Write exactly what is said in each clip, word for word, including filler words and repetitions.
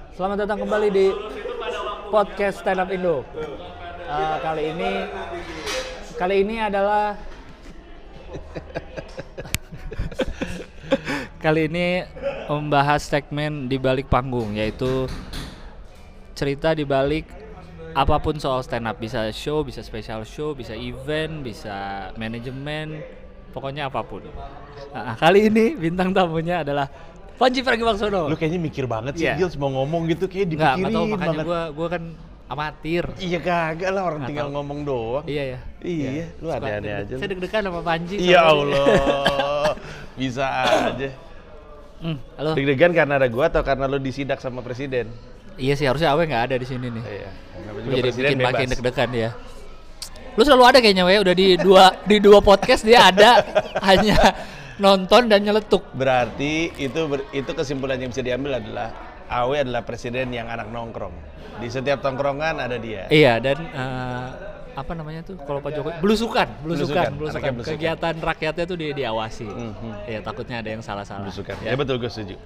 Selamat datang kembali di podcast Stand Up Indo. Uh, kali ini, kali ini adalah kali ini membahas segmen di balik panggung, yaitu cerita di balik apapun soal stand up. Bisa show, bisa special show, bisa event, bisa manajemen, pokoknya apapun. Nah, kali ini bintang tamunya adalah Panji Pragiwaksono. Lu kayaknya mikir banget sih, yeah. Gils, mau ngomong gitu kayak dipikirin. Nggak, nggak tahu, makanya banget. gua gua kan amatir. Iya kagak lah, orang Nggak tinggal tahu. ngomong doang. Iya ya. Iya, iya. lu ada-ada aja. Saya deg-degan sama Panji. Ya Allah, bisa aja. Hmm, halo. Deg-degan karena ada gua atau karena lu disidak sama presiden? Iya sih, harusnya Awe nggak ada di sini nih. Iya. Lu jadi bikin makin deg-degan ya. Lu selalu ada kayaknya, we. Udah di dua di dua podcast dia ada, hanya nonton dan nyeletuk. Berarti itu ber, itu kesimpulan yang bisa diambil adalah Awe adalah presiden yang anak nongkrong. Di setiap tongkrongan ada dia. Iya, dan uh, apa namanya tuh kalau Pak Jokowi belusukan, belusukan, Belusukan, belusukan. anaknya belusukan. Kegiatan rakyatnya tuh di diawasi. Mhm. Iya, takutnya ada yang salah-salah. Belusukan. Ya. Ya betul, gue setuju.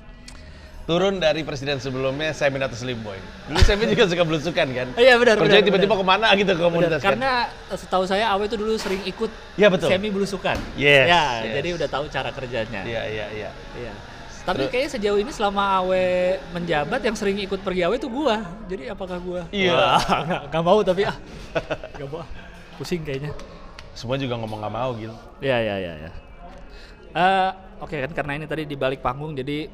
Turun dari presiden sebelumnya, Samin atau Slim Boy. Dulu Samin juga suka belusukan kan? Iya benar. Kerjanya benar, tiba-tiba benar. kemana gitu ke komunitas Benar, kan? karena setahu saya Awe itu dulu sering ikut Ya, betul. semi belusukan. Yes, Ya, yes. jadi udah tahu cara kerjanya. Iya, iya, iya. Iya. Tapi kayaknya sejauh ini selama Awe menjabat yang sering ikut pergi Awe itu gua. Jadi apakah gua? Iya. Wah, nggak, nggak mau tapi ah. Nggak mau. ah. Pusing kayaknya. Semua juga ngomong nggak mau gitu. Iya, iya, iya, ya. Eh, oke kan karena ini tadi di balik panggung, jadi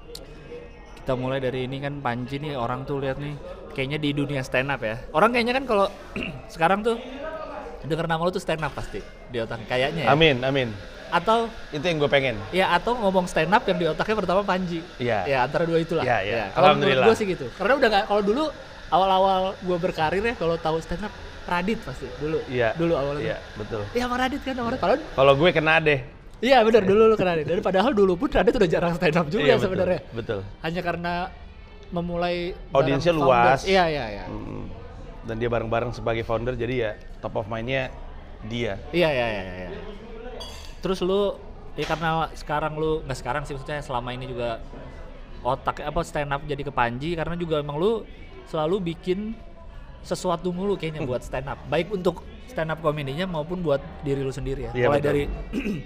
kita mulai dari ini kan. Panji nih, orang tuh lihat nih kayaknya di dunia stand up ya. Orang kayaknya kan kalau sekarang tuh denger nama lu tuh stand up pasti di otak kayaknya ya. Amin, amin. Atau Itu yang gue pengen. ya atau ngomong stand up yang di otaknya pertama Panji. Iya. Ya antara dua itulah. Iya, iya. Ya, kalau menurut Alhamdulillah. gue sih gitu. Karena udah nggak, kalau dulu awal-awal gue berkarir ya, kalau tahu stand up Radit pasti dulu. Iya. Dulu awalnya. Iya, betul. Iya sama Radit kan awalnya. Kalau Kalau gue kena deh. iya benar dulu lu kena Radit. Dan padahal dulu pun Radit udah jarang stand up juga Iya, betul, sebenarnya. Betul. Hanya karena memulai Audiensnya bareng luas. founders. Iya iya iya. Mm. Dan dia bareng-bareng sebagai founder, jadi ya top of mind-nya dia. Iya iya iya iya. Terus lu ya karena sekarang lu nggak sekarang sih, maksudnya selama ini juga otak apa stand up jadi ke Panji karena juga emang lu selalu bikin sesuatu mulu kayaknya buat stand up. Baik untuk stand up komedinya maupun buat diri lu sendiri ya. Iya, Mulai betul. dari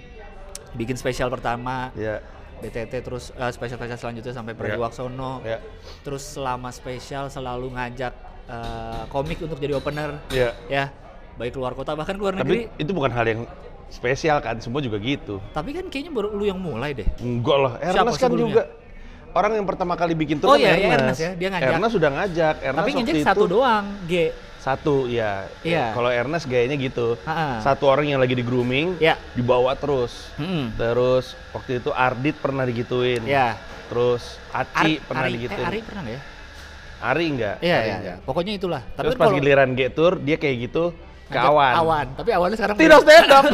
bikin spesial pertama, Iya. B T T, terus uh, spesial-spesial selanjutnya sampai Pragiwaksono. Iya. Terus selama spesial selalu ngajak uh, komik untuk jadi opener. Iya. Ya, baik keluar kota bahkan keluar Tapi negeri. itu bukan hal yang spesial kan, semua juga gitu. Tapi kan kayaknya baru lu yang mulai deh. Enggak lah, Siapa Ernest kan sebelumnya? juga orang yang pertama kali bikin Oh tour kan iya, Ernest. iya, Ernest ya, dia ngajak. Ernest sudah ngajak. Ernest Tapi waktu ngajak itu satu doang, G. Satu, ya. Iya. Kalau Ernest gayanya gitu. Ha-ha. Satu orang yang lagi di grooming, Ya. dibawa terus. Hmm. Terus waktu itu Ardit pernah digituin. Ya. Terus Aci Ar- pernah Ari, digituin. Eh, Ari pernah nggak ya? Ari enggak? Iya, Ari iya, enggak. iya. Pokoknya itulah. Tapi Terus kan pas kalau giliran G Tour dia kayak gitu ke ngajak Awan. Awan. Tapi Awannya sekarang Tidak stand up.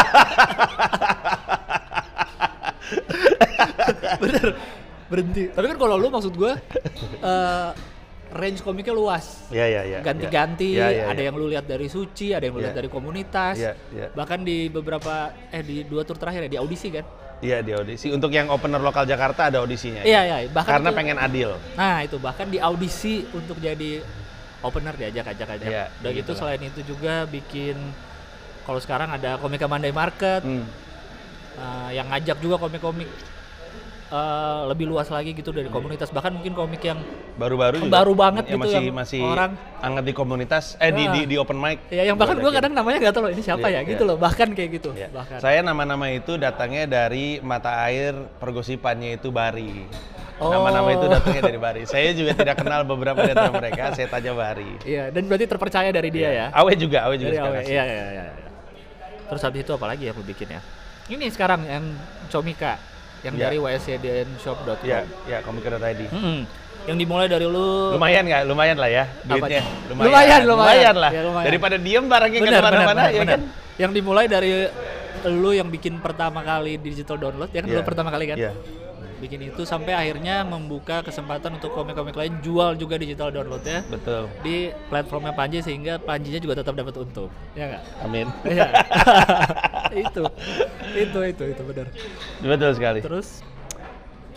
Bener. Berhenti. Tapi kan kalau lu maksud gue uh, range komiknya luas. Iya, iya, iya. Ganti-ganti, Iya, iya, ada iya. yang lu lihat dari Suci, ada yang lu Iya. lihat dari komunitas. Iya, iya. Bahkan di beberapa eh di dua tour terakhir ya, di audisi kan. Iya, di audisi. Untuk yang opener lokal Jakarta ada audisinya. Iya, iya, bahkan Karena itu- pengen adil. Nah itu bahkan di audisi untuk jadi opener diajak-ajak aja. Iya, Udah gitu begitulah. selain itu juga bikin, kalau sekarang ada Komika Monday Market, Hmm. uh, yang ngajak juga komik-komik uh, lebih luas lagi gitu dari komunitas. Bahkan mungkin komik yang Baru-baru juga. Baru banget yang gitu, masih yang masih orang- hangat di komunitas eh di, Ah. di di open mic. ya yang bahkan gue Gua kadang namanya nggak tahu loh ini siapa Iya, ya gitu iya. loh, bahkan kayak gitu. Ya. Bahkan. Saya nama-nama itu datangnya dari mata air pergosipannya itu Bari. Oh. Nama-nama itu datangnya dari Bari. Saya juga tidak kenal beberapa dari antara mereka, saya tanya Bari. Iya, dan berarti terpercaya dari dia ya. Awe juga, Awe juga Dari suka awal. ngasih. Iya, iya, iya, iya. Terus habis itu apa lagi yang lu bikin ya? Ini sekarang yang Comika yang Iya. dari w s y d n shop dot com. Iya, ya komika dot i d. Mm-mm. Yang dimulai dari lu. Lumayan nggak? Lumayan lah ya duitnya. Apanya? Lumayan, lumayan. lah. Ya, lumayan. Daripada diem barangnya nggak Benar, benar, kemana-mana benar, ya benar. kan. Yang dimulai dari lu yang bikin pertama kali digital download ya kan, Iya. lu pertama kali kan. Iya. Bikin itu sampai akhirnya membuka kesempatan untuk komik-komik lain jual juga digital downloadnya Betul. di platformnya Panji, sehingga Panjinya juga tetap dapat untung, ya nggak? Amin. Iya. itu, itu, itu, itu benar. Betul sekali. Terus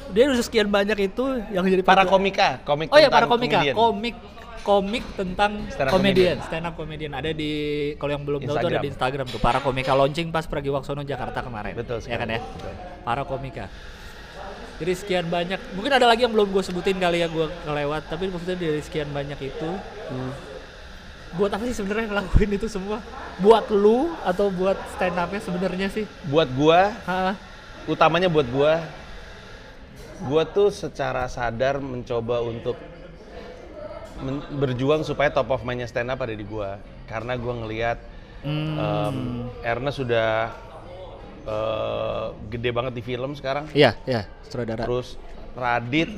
dia udah sekian banyak itu yang jadi Para populer. komika, komik Oh ya, para tentang komika, komedian. komik komik tentang Stand up komedian, stand up komedian ada di kalau yang belum tahu tuh ada Instagram. di Instagram tuh. Para komika launching pas Pragiwaksono Jakarta kemarin. Betul Ya kan sekali, ya? betul. Para komika. Jadi sekian banyak, mungkin ada lagi yang belum gue sebutin kali ya gue kelewat, tapi maksudnya dari sekian banyak itu, hmm. buat apa sih sebenarnya ngelakuin itu semua? Buat lu atau buat stand up-nya sebenarnya sih? Buat gua, Ha? utamanya buat gua, gua tuh secara sadar mencoba untuk men- berjuang supaya top of mind-nya stand up ada di gua, karena gua ngelihat Hmm. um, Ernest sudah uh, gede banget di film sekarang. Iya, iya, sutradara. Terus Radit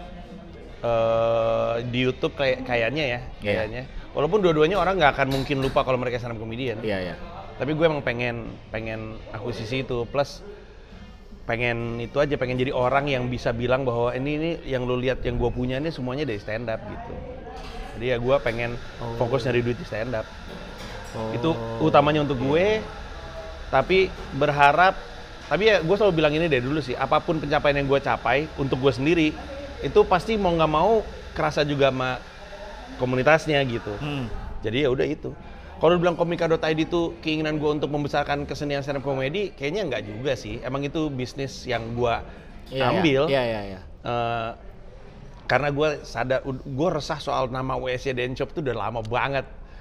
uh, di YouTube kayak kayaknya ya, Iya. kayaknya. Walaupun dua-duanya orang nggak akan mungkin lupa kalau mereka stand up comedian. Iya, iya. Tapi gue emang pengen pengen akuisisi itu, plus pengen itu aja, pengen jadi orang yang bisa bilang bahwa ini ini yang lu lihat yang gue punya ini semuanya dari stand up gitu. Jadi ya gue pengen Oh. fokus nyari duit di stand up. Oh. Itu utamanya untuk gue. Tapi berharap, tapi ya gue selalu bilang ini dari dulu sih, apapun pencapaian yang gue capai untuk gue sendiri, itu pasti mau nggak mau kerasa juga sama komunitasnya gitu. Hmm. Jadi ya udah itu. Kalau lu bilang komika dot i d itu keinginan gue untuk membesarkan kesenian stand up comedy, kayaknya nggak juga sih. Emang itu bisnis yang gue Iya, ambil. Iya, iya, iya. Eh, karena gue sadar, gue resah soal nama W S Y Dan Shop itu udah lama banget.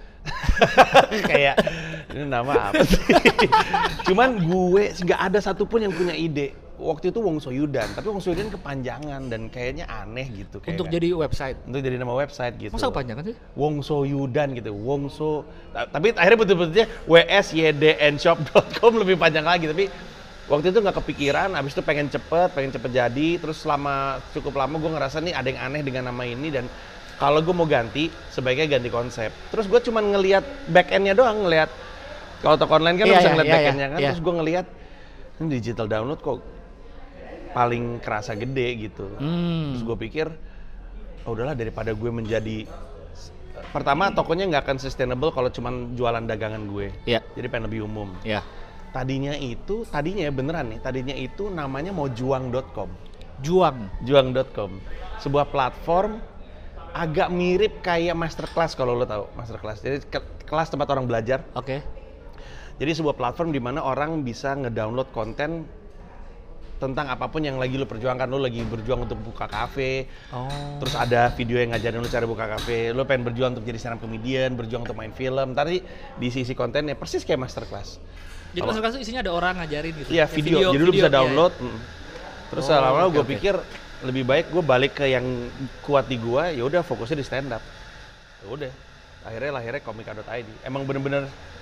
Kayak ini nama apa sih? Cuman gue nggak ada satupun yang punya ide. Waktu itu Wong Soyudan, tapi Wong Soyudan kepanjangan dan kayaknya aneh gitu. Kayak Untuk jadi website. untuk jadi nama website gitu. Masa kepanjangan sih? Wong Soyudan gitu, Wong So. Ta- Tapi akhirnya betul-betulnya w s y d n shop dot com lebih panjang lagi. Tapi waktu itu nggak kepikiran. Abis itu pengen cepet, pengen cepet jadi. Terus selama cukup lama gue ngerasa nih ada yang aneh dengan nama ini, dan kalau gue mau ganti, sebaiknya ganti konsep. Terus gue cuma ngelihat back end-nya doang, ngelihat kalau toko online kan Iya, lu bisa iya, ngeliat iya, back end-nya kan. iya. Terus gue ngelihat ini digital download kok paling kerasa gede gitu. Hmm. Terus gue pikir, oh udahlah daripada gue menjadi, pertama tokonya nggak akan sustainable kalau cuma jualan dagangan gue. Iya. Jadi pengen lebih umum. Iya. Tadinya itu, tadinya ya beneran nih, tadinya itu namanya mau juang dot com. Juang. juang dot com. Sebuah platform agak mirip kayak masterclass kalau lo tahu, masterclass. Jadi ke- kelas tempat orang belajar. Oke. Jadi sebuah platform di mana orang bisa ngedownload konten tentang apapun yang lagi lo perjuangkan. Lo lagi berjuang untuk buka kafe, Oh. terus ada video yang ngajarin lo cara buka kafe. Lo pengen berjuang untuk jadi stand up comedian, berjuang untuk main film. Tadi di sisi kontennya persis kayak masterclass. Jadi Kalau- maksudnya isinya ada orang ngajarin gitu. Iya Ya, video, jadi lo bisa iya, download. mm. Terus Oh, lama-lama oke, gue oke. pikir lebih baik gue balik ke yang kuat di gue. Ya udah fokusnya di stand up. Ya udah. Akhirnya lahirnya komika dot i d. Emang bener-bener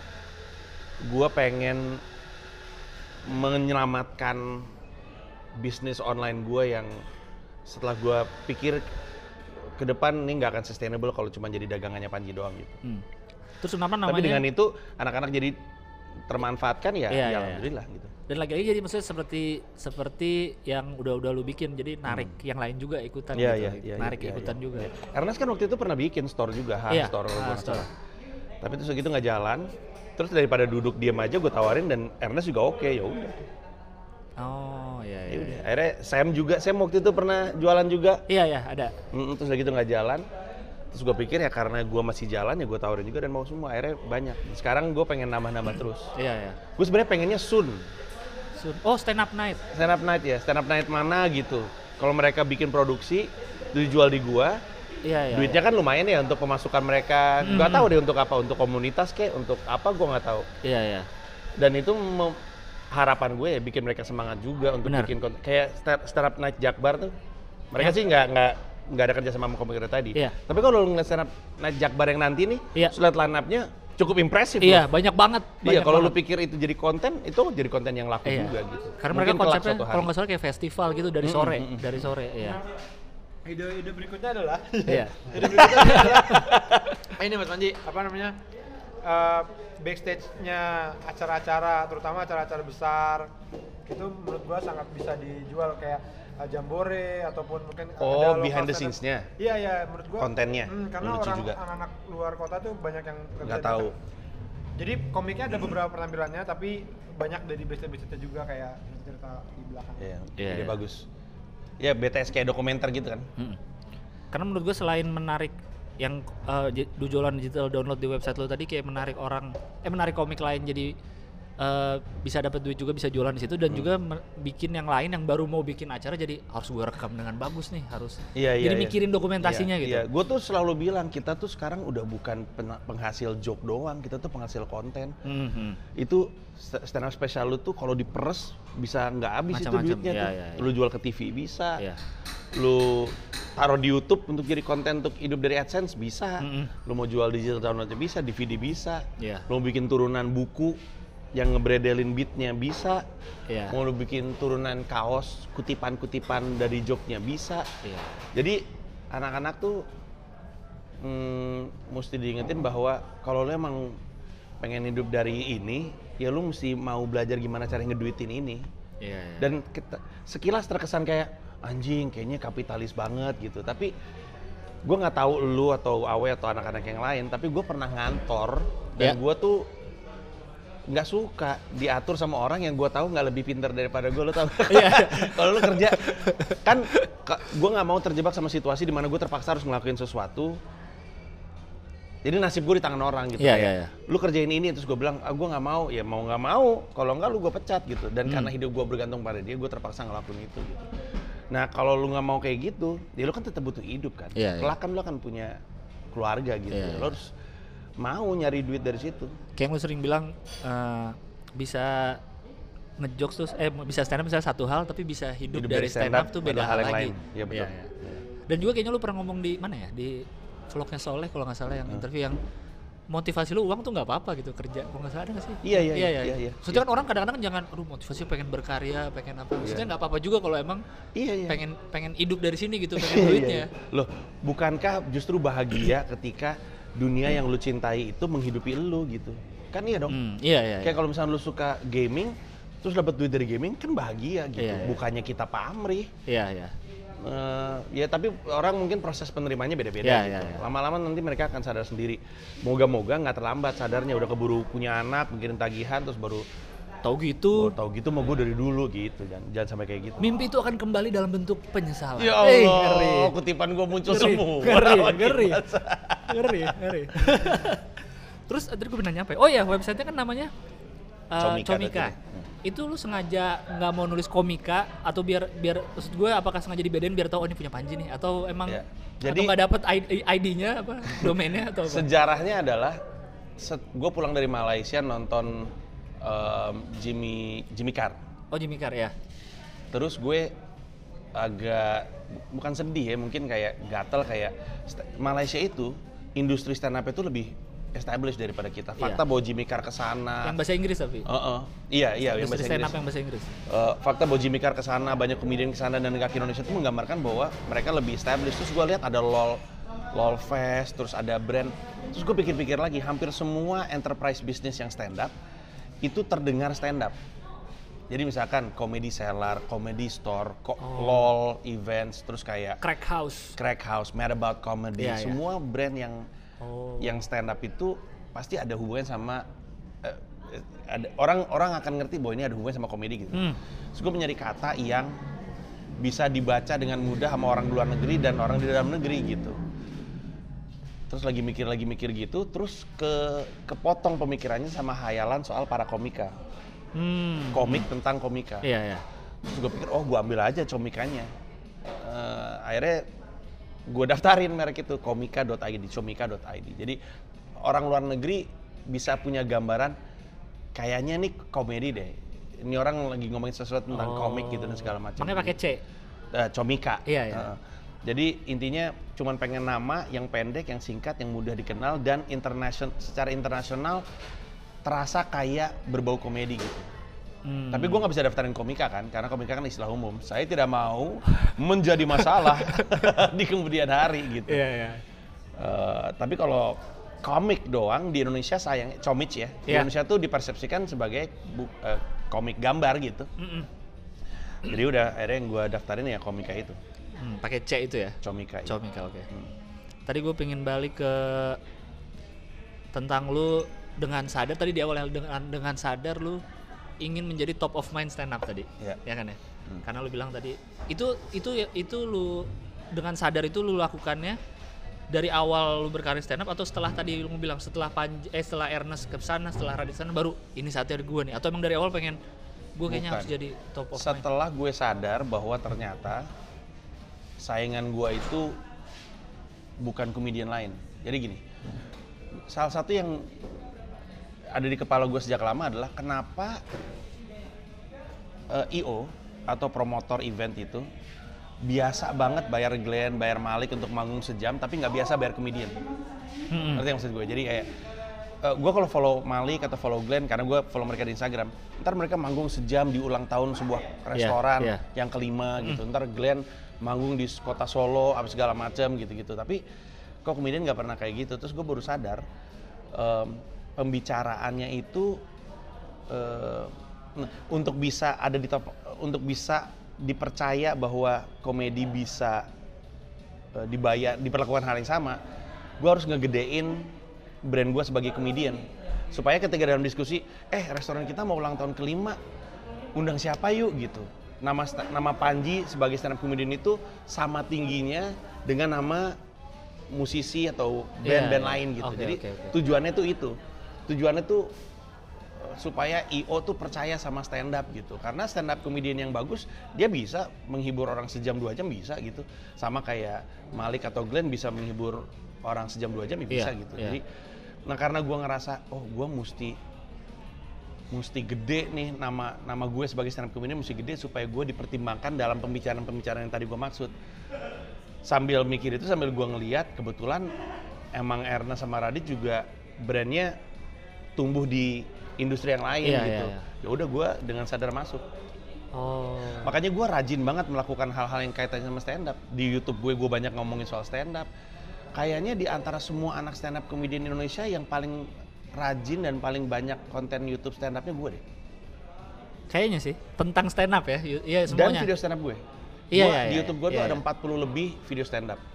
gue pengen menyelamatkan bisnis online gue yang setelah gue pikir ke depan ini nggak akan sustainable kalau cuma jadi dagangannya Panji doang gitu. Hmm. Terus kenapa namanya? Tapi dengan itu anak-anak jadi termanfaatkan ya, Iya, ya iya, alhamdulillah gitu. Dan lagi-lagi jadi maksudnya seperti seperti yang udah-udah lu bikin, jadi narik yang lain juga ikutan Iya, gitu. iya, iya, narik iya, ikutan iya, juga. iya. Ernest kan waktu itu pernah bikin store juga, H Iya, store. kalau H gua nggak store. salah. Tapi terus segitu nggak jalan. Terus daripada duduk diam aja gue tawarin dan Ernest juga oke, ya udah. Oh, iya Ya iya. udah. Akhirnya Sam juga, Sam waktu itu pernah jualan juga. Iya ya, ada. Mm, terus udah gitu nggak jalan. Terus gue pikir ya karena gue masih jalan ya gue tawarin juga dan mau semua. Akhirnya banyak. Sekarang gue pengen nambah-nambah terus. Iya ya. Gue sebenarnya pengennya soon. Sun- Oh, stand up night. Stand up night ya, stand up night mana gitu. Kalau mereka bikin produksi, dijual di gua, Iya iya. duitnya kan lumayan ya untuk pemasukan mereka. Hmm. Nggak tahu deh untuk apa, untuk komunitas kek, untuk apa gua nggak tahu. Iya iya. Dan itu mem- harapan gue ya bikin mereka semangat juga untuk Benar. bikin konten. Kayak sta- stand up night Jakbar tuh, mereka sih nggak nggak nggak ada kerja sama sama komika tadi. Iya. Tapi kalau lu ngeliat stand up night Jakbar yang nanti nih, Iya. sudah line up-nya cukup impresif Iya, loh. banyak banget. Iya, banyak kalau lu banget. pikir itu jadi konten, itu jadi konten yang laku Iya. juga gitu. Karena mereka Mungkin kelak konsepnya suatu hari. kalau nggak salah kayak festival gitu dari Mm, sore, mm, mm. dari sore, iya. Ide-ide berikutnya adalah Iya. ide berikutnya adalah ini Mas Panji, apa namanya? eh, backstage-nya acara-acara, terutama acara-acara besar itu menurut gua sangat bisa dijual kayak uh, jambore ataupun mungkin Oh, ada behind local the stand-up. scenes-nya? Iya iya, menurut gua Kontennya? hmm, karena Lucu orang juga. anak-anak luar kota tuh banyak yang Nggak bisa tahu. datang. Jadi komiknya ada beberapa penampilannya, tapi banyak dari backstage-backstage juga kayak cerita di belakang. Iya, Iya, ide iya. bagus. ya B T S kayak dokumenter gitu kan. Mm-mm. Karena menurut gue selain menarik yang uh, j- jualan digital download di website lo tadi kayak menarik orang eh menarik komik lain jadi uh, bisa dapat duit juga, bisa jualan di situ dan hmm. juga me- bikin yang lain yang baru mau bikin acara jadi harus gue rekam dengan bagus nih, harus Iya, iya, jadi iya. mikirin dokumentasinya Iya, gitu. Iya, gue tuh selalu bilang kita tuh sekarang udah bukan pen- penghasil joke doang, kita tuh penghasil konten. Mm-hmm. Itu stand up special lu tuh kalau diperes bisa nggak habis itu Macam-macam, duitnya iya, tuh. iya, iya. Lu jual ke T V bisa, Iya. lu taruh di YouTube untuk jadi konten untuk hidup dari AdSense bisa. Mm-mm. Lu mau jual digital downloadnya bisa, D V D bisa. Iya. Lu mau bikin turunan buku yang ngebredelin beatnya bisa. Iya. Mau lu bikin turunan kaos kutipan-kutipan dari joke-nya bisa. Iya. Jadi anak-anak tuh hmm, mesti diingetin bahwa kalau lu emang pengen hidup dari ini, ya lu mesti mau belajar gimana cara ngeduitin ini. Iya, iya. Dan kita, sekilas terkesan kayak anjing kayaknya kapitalis banget gitu, tapi gue nggak tahu lu atau Awe atau anak-anak yang lain, tapi gue pernah ngantor dan Ya. gue tuh nggak suka diatur sama orang yang gue tahu nggak lebih pintar daripada gue, lo tau? Iya. Kalau lu kerja kan, gue nggak mau terjebak sama situasi di mana gue terpaksa harus ngelakuin sesuatu. Jadi nasib gue di tangan orang gitu. Iya, kayak, iya, iya. lu kerjain ini, terus gue bilang, ah, gue nggak mau, ya mau nggak mau. Kalau nggak lu gue pecat gitu. Dan Hmm. karena hidup gue bergantung pada dia, gue terpaksa ngelakuin itu gitu. Nah kalau lu nggak mau kayak gitu, ya lu kan tetap butuh hidup kan. Iya, iya. Kelak kan lu akan punya keluarga gitu. Iya, Lu iya. harus mau nyari duit dari situ. Kayak yang lu sering bilang eh, bisa ngejokes terus eh bisa stand up misalnya satu hal tapi bisa hidup, Hidup dari dari stand stand up up tuh beda adalah hal hal yang lagi. lain. Iya, betul. Iya, iya. Dan juga kayaknya lu pernah ngomong di mana ya, di vlognya Soleh kalau nggak salah yang interview yang motivasi lu uang tuh nggak apa-apa gitu kerja, kalau nggak salah ada nggak sih? Iya, iya, iya, iya, iya. Maksudnya kan orang kadang-kadang jangan, aduh motivasi pengen berkarya, pengen apa? Maksudnya nggak apa-apa juga kalau emang Iya, iya. pengen pengen hidup dari sini gitu, pengen Iya, duitnya. iya. Loh, bukankah justru bahagia ketika dunia yang lu cintai itu menghidupi lu gitu? Kan iya dong. Hmm, iya, iya. Kayak kalau misalnya lu suka gaming, terus dapat duit dari gaming kan bahagia gitu. Iya, iya. Bukannya kita pamrih. Iya, iya. Eh, ya tapi orang mungkin proses penerimanya beda-beda Iya, gitu. iya, iya. Lama-lama nanti mereka akan sadar sendiri. Moga-moga nggak terlambat sadarnya, udah keburu punya anak, mikirin tagihan, terus baru Tahu gitu, oh, tahu gitu mau gue dari dulu gitu. Jangan, jangan sampai kayak gitu. mimpi itu akan kembali dalam bentuk penyesalan. Ya Eh, Allah, ngeri. kutipan gue muncul Ngeri, semua. ngeri, Makin ngeri. basah. ngeri, ngeri. Terus tadi gue nanya apa ya? Oh ya, websitenya kan namanya uh, Comika, Comika. tadi. Hmm. Itu lu sengaja nggak mau nulis komika atau biar biar maksud gue apakah sengaja dibedain biar tahu oh ini punya Panji nih atau emang Ya. atau Jadi- nggak dapet I D-nya apa domainnya atau apa? Sejarahnya adalah gue pulang dari Malaysia nonton um, Jimmy Jimmy Carr. Oh Jimmy Carr ya. Terus gue agak bukan sedih ya, mungkin kayak gatel kayak st- Malaysia itu industri stand up itu lebih established daripada kita. Fakta Iya. bahwa Jimmy Carr kesana. Yang bahasa Inggris tapi. Heeh. Iya iya yang Industri bahasa stand up Inggris. yang bahasa Inggris. Uh, fakta bahwa Jimmy Carr kesana, banyak komedian kesana dan kaki Indonesia itu menggambarkan bahwa mereka lebih established. Terus gue lihat ada LOL, LOL Fest, terus ada brand. Terus gue pikir-pikir lagi, hampir semua enterprise bisnis yang stand up itu terdengar stand up. Jadi misalkan Comedy Cellar, Comedy Store, ko- Oh. LOL Events, terus kayak Crack House. Crack House, Mad About Comedy, Iya, iya. semua brand yang Oh. yang stand up itu pasti ada hubungan sama eh, ada orang orang akan ngerti bahwa ini ada hubungan sama komedi gitu. Hmm. Terus gue mencari kata yang bisa dibaca dengan mudah sama orang di luar negeri dan orang di dalam negeri gitu. Terus lagi mikir lagi mikir gitu, terus ke kepotong pemikirannya sama hayalan soal para komika, Hmm. komik tentang komika. Iya, iya. Terus gue pikir, oh gue ambil aja comikanya. Eh, akhirnya gue daftarin merek itu, komika dot i d, comika dot i d. Jadi orang luar negeri bisa punya gambaran, kayaknya nih komedi deh. Ini orang lagi ngomongin sesuatu tentang Oh. komik gitu dan segala macam. Makanya pakai C. Eh, comika. Iya, iya. Eh, jadi intinya cuman pengen nama yang pendek, yang singkat, yang mudah dikenal dan internasional, secara internasional terasa kayak berbau komedi gitu. Hmm. Tapi gue nggak bisa daftarin komika kan, karena komika kan istilah umum. Saya tidak mau menjadi masalah di kemudian hari gitu. Iya, iya. Eh, tapi kalau komik doang di Indonesia sayang, comic ya. Di Iya. Indonesia tuh dipersepsikan sebagai bu- eh, komik gambar gitu. Mm-mm. Jadi udah akhirnya yang gue daftarin ya komika itu, Hmm, pakai C itu ya. comika. itu. Comika, oke. Hmm. Tadi gue pengen balik ke tentang lu dengan sadar tadi di awal dengan dengan sadar lu ingin menjadi top of mind stand up tadi. Iya. Ya kan ya? Hmm. Karena lu bilang tadi itu itu itu lu dengan sadar itu lu lakukannya dari awal lu berkarir stand up atau setelah tadi lu bilang setelah Panji, eh setelah Ernest ke sana, setelah Radit sana baru ini saatnya gue nih, atau emang dari awal pengen gue kayaknya Bukan. harus jadi top of mind? Setelah gue sadar bahwa ternyata saingan gue itu bukan komedian lain. Jadi gini, salah satu yang ada di kepala gue sejak lama adalah kenapa uh, I O atau promotor event itu biasa banget bayar Glenn, bayar Malik untuk manggung sejam, tapi nggak biasa bayar komedian. Hmm. Ngerti yang maksud gue? Jadi kayak uh, gue kalau follow Malik atau follow Glenn, karena gue follow mereka di Instagram, ntar mereka manggung sejam di ulang tahun sebuah restoran yeah. yang kelima gitu. Ntar Glenn manggung di kota Solo, apa segala macam gitu-gitu. Tapi kok komedian nggak pernah kayak gitu. Terus gue baru sadar um, pembicaraannya itu uh, untuk bisa ada di top, untuk bisa dipercaya bahwa komedi bisa uh, dibayar, diperlakukan hal yang sama, gue harus ngegedein brand gue sebagai komedian. Supaya ketika dalam diskusi, eh restoran kita mau ulang tahun kelima, undang siapa yuk gitu. Nama nama Panji sebagai stand up comedian itu sama tingginya dengan nama musisi atau band-band yeah, lain gitu. okay, Jadi okay, okay. tujuannya tuh itu. Tujuannya tuh supaya I O tuh percaya sama stand up gitu. Karena stand up comedian yang bagus, dia bisa menghibur orang sejam dua jam bisa gitu. Sama kayak Malik atau Glenn bisa menghibur orang sejam dua jam ya bisa yeah, gitu. yeah. Jadi nah karena gue ngerasa oh gue mesti mesti gede nih, nama nama gue sebagai stand up comedian mesti gede supaya gue dipertimbangkan dalam pembicaraan-pembicaraan yang tadi gue maksud. Sambil mikir itu sambil gue ngeliat kebetulan emang Ernest sama Radit juga brandnya tumbuh di industri yang lain Iya, gitu. iya, iya. Ya udah gue dengan sadar masuk. Oh. Makanya gue rajin banget melakukan hal-hal yang kaitannya sama stand up. Di YouTube gue gue banyak ngomongin soal stand up. Kayaknya di antara semua anak stand up comedian Indonesia yang paling rajin dan paling banyak konten YouTube stand up-nya gue deh. Kayaknya sih tentang stand up ya. Iya Dan semuanya. video stand up gue. Iya, Gua, iya, di iya, YouTube gue iya, tuh ada iya. empat puluh lebih video stand up.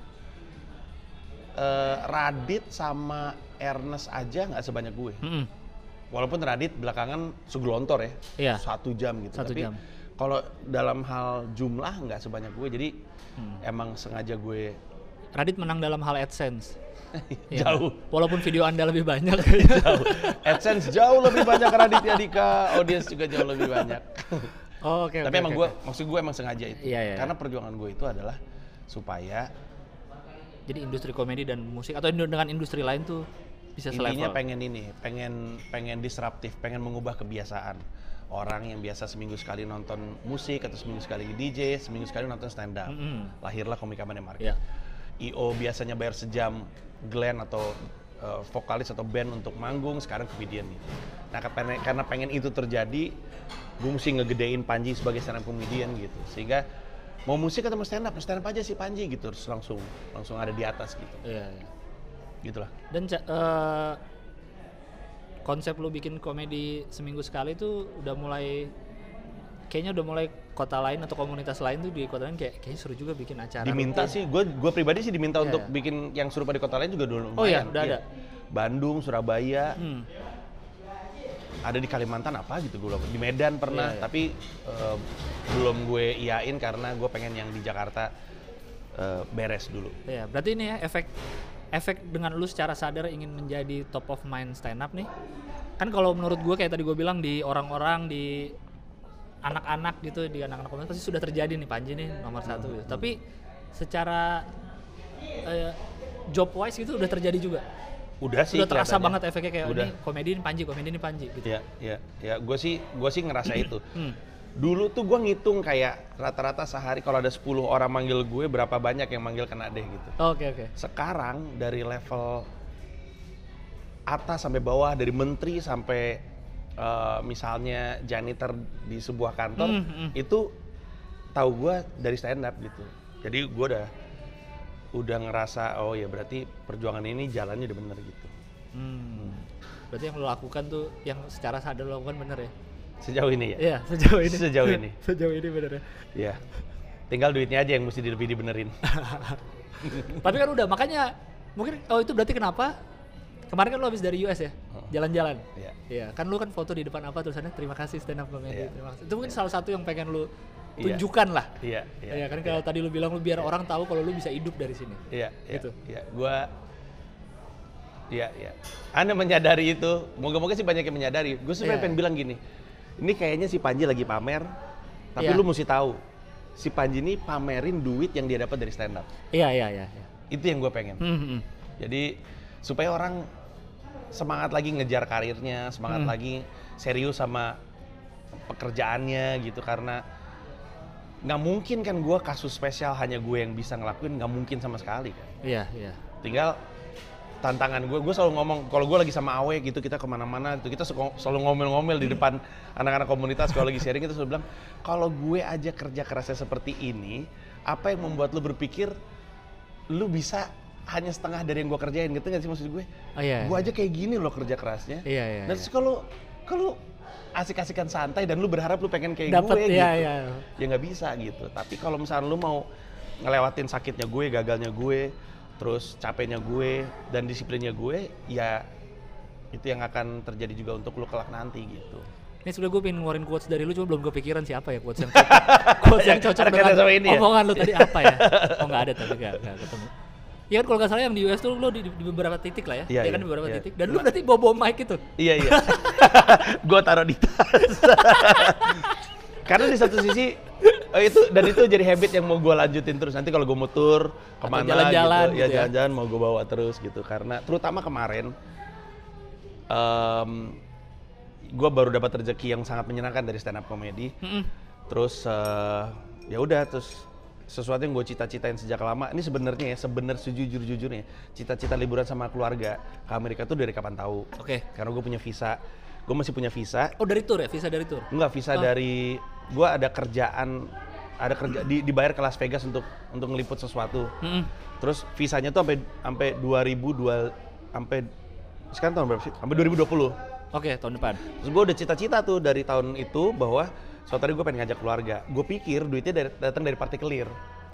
Uh, Radit sama Ernest aja nggak sebanyak gue. Mm-mm. Walaupun Radit belakangan segelontor ya, Iya. satu jam gitu. Satu Tapi jam. kalau dalam hal jumlah nggak sebanyak gue, jadi Hmm. emang sengaja gue Radit menang dalam hal AdSense. Iya. jauh. Walaupun video Anda lebih banyak. jauh. AdSense jauh lebih banyak Raditya Dika, audiens juga jauh lebih banyak. Oh, oke. Tapi oke, emang oke, gue, oke. maksud gue emang sengaja itu. Iya, iya. Karena perjuangan gue itu adalah supaya Jadi industri komedi dan musik atau indu- dengan industri lain tuh bisa intinya selevel. pengen ini, pengen pengen disruptif, pengen mengubah kebiasaan orang yang biasa seminggu sekali nonton musik atau seminggu sekali D J, seminggu sekali nonton stand up. Mm-hmm. Lahirlah Komika Mania Market. Iya. I O biasanya bayar sejam Glenn atau uh, vokalis atau band untuk manggung, sekarang komedian gitu. Nah karena, karena pengen itu terjadi, gue mesti ngegedein Panji sebagai stand up comedian gitu. Sehingga mau musik atau mau stand up, stand up aja sih Panji gitu, terus langsung langsung ada di atas gitu. Iya, iya. Gitulah. Dan ca- eh, konsep lu bikin komedi seminggu sekali tuh udah mulai kayaknya udah mulai kota lain atau komunitas lain tuh di kota lain kayak kayaknya seru juga bikin acara. Diminta rutin. sih, gue gue pribadi sih diminta Iya, untuk iya. bikin yang serupa di kota lain juga dulu. Oh iya, lumayan. udah ada. Bandung, Surabaya, Hmm. ada di Kalimantan apa gitu gue di Medan pernah, Iya, iya. tapi eh, belum gue iyain karena gue pengen yang di Jakarta eh, beres dulu. Iya, berarti ini ya efek efek dengan lu secara sadar ingin menjadi top of mind stand up nih. Kan kalau menurut gue kayak tadi gue bilang di orang-orang, di anak-anak gitu, di anak-anak komunitas pasti sudah terjadi nih Panji nih nomor satu gitu. Tapi secara eh, job wise gitu udah terjadi juga. Udah sih Udah terasa kelihatannya. banget efeknya kayak Udah. ini komedi ini Panji, komedi ini Panji gitu. Ya, ya, ya. Gue sih, gue sih ngerasa itu. Hmm. Dulu tuh gue ngitung kayak rata-rata sehari kalau ada sepuluh orang manggil gue, berapa banyak yang manggil kena deh gitu. Oke, oke. Sekarang dari level atas sampai bawah, dari menteri sampai uh, misalnya janitor di sebuah kantor, Hmm, hmm. itu tahu gue dari stand up gitu. Jadi gue udah udah ngerasa oh ya berarti perjuangan ini jalannya udah bener gitu. Hmm. Berarti yang lo lakukan tuh yang secara sadar lo lakukan bener ya? Sejauh ini ya. Iya, sejauh ini. Sejauh ini. Sejauh ini bener ya. Iya. Tinggal duitnya aja yang mesti lebih dibenerin. Tapi kan udah, makanya mungkin oh itu berarti kenapa kemarin kan lo habis dari U S ya, jalan-jalan. Iya. Iya, kan lu kan foto di depan apa tulisannya terima kasih stand up comedy. Iya. Terima kasih. Itu mungkin salah satu yang pengen lu Iya. tunjukkan lah. Iya, iya. Ya kan iya. kalau tadi lu bilang lu biar orang tahu kalau lu bisa hidup dari sini. Iya, iya, Gitu. iya. Gua Iya, iya. Anda menyadari itu, moga-moga sih banyak yang menyadari. Gue sebenarnya Iya. pengen bilang gini, ini kayaknya si Panji lagi pamer, tapi Iya. lu mesti tahu, si Panji ini pamerin duit yang dia dapat dari stand up. Iya, iya, iya. iya. Itu yang gue pengen. Hmm, hmm. Jadi supaya orang semangat lagi ngejar karirnya, semangat Hmm. lagi serius sama pekerjaannya gitu, karena nggak mungkin kan gue kasus spesial hanya gue yang bisa ngelakuin, nggak mungkin sama sekali kan. Iya, iya. Tinggal tantangan gue, gue selalu ngomong kalau gue lagi sama Awe gitu, kita kemana-mana gitu, kita suka- selalu ngomel-ngomel di depan anak-anak komunitas kalau lagi sharing, kita selalu bilang kalau gue aja kerja kerasnya seperti ini, apa yang membuat lu berpikir lu bisa hanya setengah dari yang gue kerjain, gitu nggak sih maksud gue? Oh, iya, Gue iya. aja kayak gini loh kerja kerasnya. Iya, iya, Dan iya. terus kalau kalau asik-asikan santai dan lu berharap lu pengen kayak Dapet, gue iya, gitu, iya. ya nggak bisa gitu. Tapi kalau misalnya lu mau ngelewatin sakitnya gue, gagalnya gue, terus capeknya gue dan disiplinnya gue, ya itu yang akan terjadi juga untuk lu kelak nanti gitu. Ini sebenernya gue pengen ngeluarin quotes dari lu, cuma belum kepikiran siapa ya quotes yang cocok, quotes yang cocok Ada kaitan dengan sama ini ya? omongan lu tadi apa ya? Oh nggak ada tapi nggak nggak ketemu. Iya kan kalau nggak salah yang di U S tuh lu di, di beberapa titik lah ya, Iya, ya kan iya, di beberapa iya. titik. Dan lu berarti bawa bawa mic itu. Iya iya. Gue taruh di tas. Karena di satu sisi eh, itu dan itu jadi habit yang mau gue lanjutin terus. Nanti kalau gue mau tour kemana jalan-jalan gitu, gitu ya ya. jalan-jalan mau gue bawa terus gitu. Karena terutama kemarin, um, gue baru dapat rezeki yang sangat menyenangkan dari stand up comedy. Mm-mm. Terus uh, ya udah terus sesuatu yang gue cita-citain sejak lama. Ini sebenarnya ya, sebenar sejujur-jujurnya, cita-cita liburan sama keluarga ke Amerika tuh dari kapan tahu. Oke. Karena gue punya visa, gue masih punya visa. Oh dari tour ya, visa dari tour. Enggak, visa Oh. dari gue ada kerjaan, ada kerja di, dibayar ke Las Vegas untuk untuk ngeliput sesuatu. Mm-mm. Terus visanya tuh sampai sampai dua ribu dua sampai sekarang tahun berapa sih? Sampai dua ribu dua puluh. Oke, tahun depan. Terus gue udah cita-cita tuh dari tahun itu bahwa suatu hari gue pengen ngajak keluarga. Gue pikir duitnya dari, datang dari partikelir.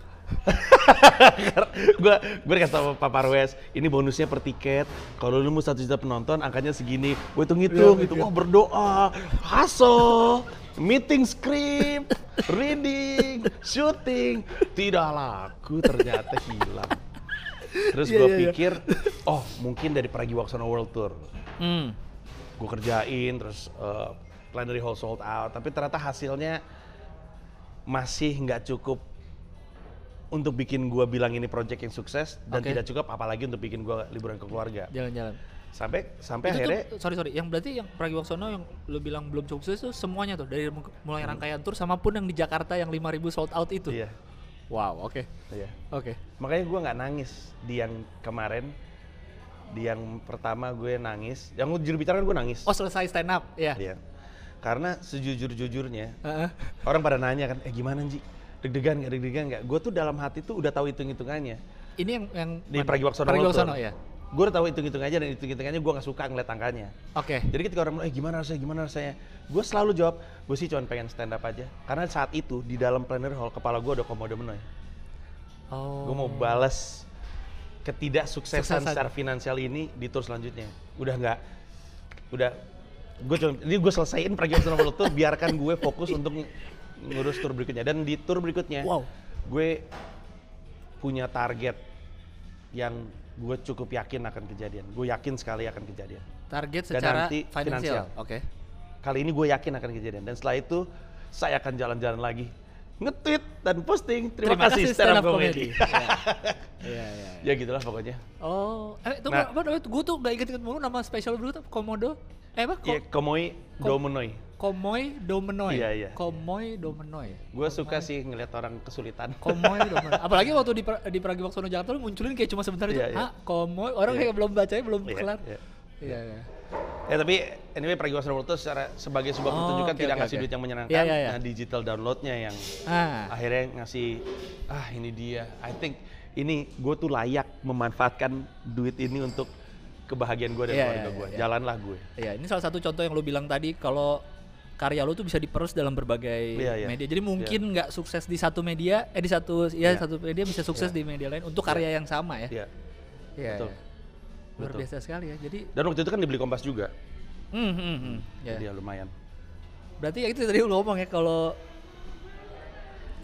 gue gue dikasih tau Pak Parwes, ini bonusnya per tiket. Kalau lu mau satu juta penonton, angkanya segini. Gue hitung-hitung, Iya, gitu. iya. Wah berdoa, hustle, meeting script, reading, shooting, tidak laku ternyata hilang. Terus Iya, gue iya, iya. pikir, oh mungkin dari Pragiwaksono World Tour. Hmm. Gue kerjain terus uh, plenary hall sold out, tapi ternyata hasilnya masih nggak cukup untuk bikin gue bilang ini project yang sukses, dan Oke. tidak cukup apalagi untuk bikin gue liburan ke keluarga. Jalan-jalan. Sampai sampai Itu akhirnya tuh, sorry sorry, yang berarti yang Pragiwaksono yang lu bilang belum cukup sukses itu semuanya tuh dari mulai rangkaian tour sama pun yang di Jakarta yang lima ribu sold out itu. iya, Wow, oke. iya. Oke. Makanya gue nggak nangis di yang kemarin, di yang pertama gue nangis, yang juru bicara gue nangis. Oh, selesai stand up. Iya. Iya. Karena sejujur-jujurnya Heeh. orang pada nanya kan, eh gimana Ji? Deg-degan nggak, deg-degan nggak? Gue tuh dalam hati tuh udah tahu hitung-hitungannya. Ini yang yang Di mana? Pragiwaksono Pragiwaksono World Tour. ya. Gue udah tahu hitung-hitungannya, dan hitung-hitungannya gue nggak suka ngeliat angkanya. Oke. Jadi ketika orang bilang, eh gimana rasanya, gimana rasanya? Gue selalu jawab, gue sih cuma pengen stand up aja. Karena saat itu, di dalam plenary hall, kepala gue udah komodo menoy. Oh. Gue mau balas ketidaksuksesan Suksesan. secara finansial ini di tour selanjutnya. Udah nggak, udah, gue cuma, ini gue selesaiin Pragiwaksono World Tour, biarkan gue fokus untuk ng- ngurus tour berikutnya. Dan di tour berikutnya, Wow. gue punya target yang gue cukup yakin akan kejadian. Gue yakin sekali akan kejadian. Target Dan secara nanti finansial. finansial. Oke. Kali ini gue yakin akan kejadian. Dan setelah itu saya akan jalan-jalan lagi, nge-tweet dan posting. Terima, kasih stand up comedy. Iya, iya. Ya gitulah pokoknya. Oh, eh itu Nah. apa namanya? Gue tuh gak inget-inget mulu nama spesial dulu tuh Komodo. Eh apa? Ko- Iya, Komoi Kom- Domenoi. Komoy Domenoy. Iya, iya. Komoy Domenoy. Gue suka sih ngeliat orang kesulitan. Komoy Domenoy. Apalagi waktu di pra- di Pragiwaksono Jakarta lu munculin kayak cuma sebentar itu. Iya, iya. Hah, Komoy. Orang Iya. kayak belum bacanya belum Iya, kelar. iya. Iya, iya. Ya tapi anyway Pragiwaksono World Tour secara sebagai sebuah Oh, pertunjukan oke, tidak oke, ngasih oke. duit yang menyenangkan. Iya, iya, iya. Nah digital downloadnya yang Ah. akhirnya ngasih, ah ini dia. I think ini gue tuh layak memanfaatkan duit ini untuk kebahagiaan gue dan Iya, keluarga iya, gue. iya. Jalanlah gue. Iya, ini salah satu contoh yang lu bilang tadi kalau karya lu tuh bisa diperus dalam berbagai Iya, iya. media. Jadi mungkin nggak sukses di satu media, eh di satu ya Iya. satu media bisa sukses Iya. di media lain untuk karya yang sama ya. Iya. Iya. betul. iya. Luar Betul. biasa sekali ya. Jadi Dan waktu itu kan dibeli Kompas juga. hmm, hmm, hmm. Ya. Jadi ya lumayan. Berarti ya itu tadi lu ngomong ya kalau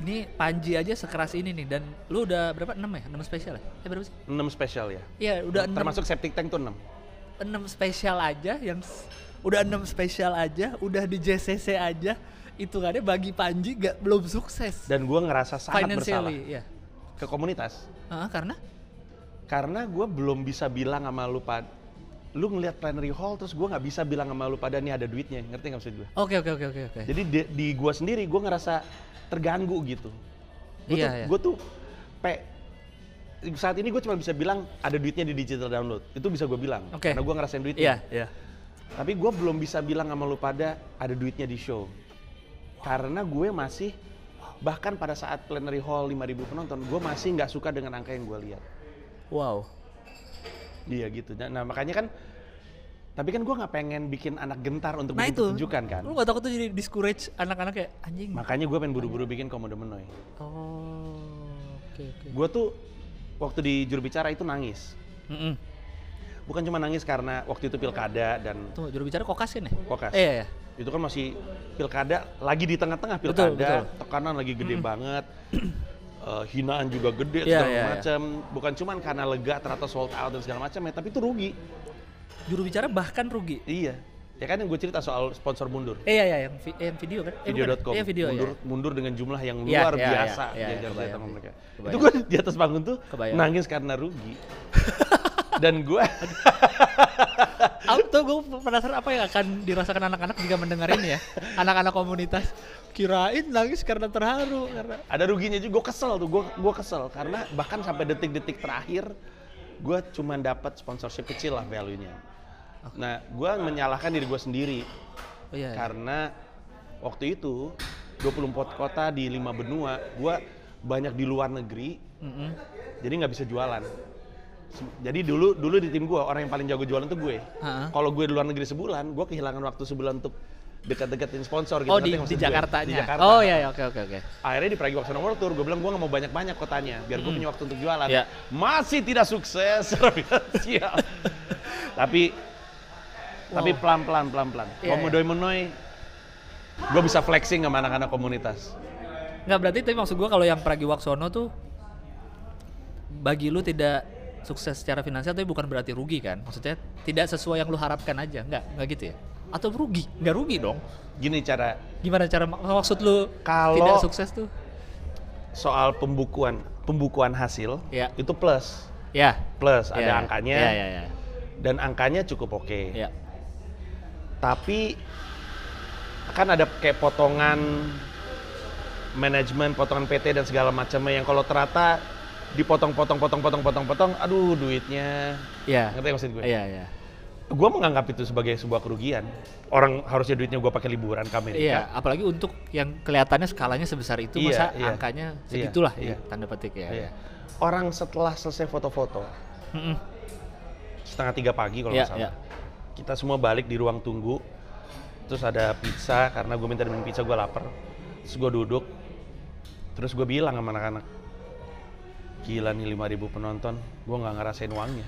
Ini Panji aja sekeras ini nih, dan lu udah berapa? enam ya? enam spesial ya? Eh berapa sih? enam spesial ya. Iya, udah enam. Termasuk septic tank tuh enam. enam spesial aja, yang s- udah enam spesial aja, udah di J C C aja, hitungannya bagi Panji gak belum sukses. Dan gue ngerasa sangat bersalah Financially, ya. ke komunitas. Ah, karena? Karena gue belum bisa bilang sama lu pad, lu ngelihat plenary hall terus gue nggak bisa bilang sama lu pada nih ada duitnya, ngerti nggak maksud gue? Oke oke oke oke oke. Jadi di, di gue sendiri gue ngerasa terganggu gitu. Gue Iya, tuh, iya. gue tuh pe, saat ini gue cuma bisa bilang ada duitnya di digital download, itu bisa gue bilang. Oke. Karena gue ngerasain duitnya. Iya iya. Tapi gue belum bisa bilang sama lu pada ada duitnya di show. Karena gue masih, bahkan pada saat plenary hall lima ribu penonton, gue masih nggak suka dengan angka yang gue lihat. Wow. Iya gitu. Nah makanya kan, tapi kan gue nggak pengen bikin anak gentar untuk Nah bikin itu. pertunjukan kan. Lu gak takut tuh jadi discourage anak-anak kayak anjing. Makanya gue pengen buru-buru bikin Komodo Menoy. Oh. Oke oke. Gue tuh waktu di juru bicara itu nangis. Mm-mm. Bukan cuma nangis karena waktu itu pilkada dan Tuh juru bicara Kokas kan ya? Kokas. Eh, iya, iya. Itu kan masih pilkada, lagi di tengah-tengah Betul, pilkada, betul. tekanan lagi gede banget. Uh, hinaan juga gede Iya, segala iya, iya. macam. Bukan cuma karena lega ternyata sold out dan segala macam ya, tapi itu rugi. Juru bicara bahkan rugi. Iya. Ya kan yang gue cerita soal sponsor mundur. Eh iya iya yang, vi- eh, yang video kan? Eh, video dot bukan. com Iya video mundur, ya. mundur dengan jumlah yang Iya, luar iya, biasa iya, iya, di Jakarta kebayang. sama mereka. Kebayang. Itu gue di atas panggung tuh Kebayang. nangis karena rugi. Dan gue Aku tuh gue penasaran apa yang akan dirasakan anak-anak jika mendengar ini ya. Anak-anak komunitas kirain nangis karena terharu karena ada ruginya juga. Gue kesel tuh, gue gue kesel karena bahkan sampai detik-detik terakhir gue cuma dapat sponsorship kecil lah value-nya. Nah, gue menyalahkan diri gue sendiri oh, iya, iya. karena waktu itu dua puluh empat kota di lima benua, gue banyak di luar negeri, Mm-mm. jadi nggak bisa jualan. Se- Jadi dulu dulu di tim gue orang yang paling jago jualan tuh gue. Ha-ha. Kalau gue di luar negeri sebulan, gue kehilangan waktu sebulan untuk dekat-dekatin sponsor gitu. Oh ngerti di, nggak di maksud gue? Jakartanya. Di Jakarta. Oh iya iya oke oke oke. Akhirnya di Pragiwaksono World Tour, gue bilang gue nggak mau banyak-banyak kotanya, biar gue punya waktu untuk jualan. Iya. Masih tidak sukses secara finansial. tapi tapi pelan-pelan pelan-pelan. Iya, Komodo Menoy, gue bisa flexing sama anak-anak komunitas. Nggak berarti tapi maksud gue kalau yang Pragiwaksono tuh bagi lu tidak sukses secara finansial tapi bukan berarti rugi kan? Maksudnya tidak sesuai yang lu harapkan aja, nggak nggak gitu ya? Atau rugi? Nggak rugi dong? Gini cara Gimana cara mak- maksud lu Kalau- tidak sukses tuh? soal pembukuan pembukuan hasil Iya. itu plus Ya. plus Ya, ada ya. angkanya Ya ya ya. dan angkanya cukup oke. Ya. Tapi kan ada kayak potongan manajemen, potongan P T dan segala macamnya yang kalau ternyata dipotong-potong, potong-potong, potong-potong, aduh duitnya, Ya. ngerti maksud gue? Iya iya. Gue menganggap itu sebagai sebuah kerugian. Orang harusnya duitnya gue pakai liburan ke Amerika. Iya, apalagi untuk yang kelihatannya skalanya sebesar itu, Iya, masa iya. angkanya Iya, segitulah, iya. ya, tanda petik ya. Iya. Orang setelah selesai foto-foto, Mm-mm. setengah tiga pagi kalau Iya, nggak salah, iya. kita semua balik di ruang tunggu, terus ada pizza karena gue minta diminum pizza, gue lapar, terus gue duduk, terus gue bilang sama anak-anak, gila nih lima ribu penonton, gue nggak ngerasain uangnya.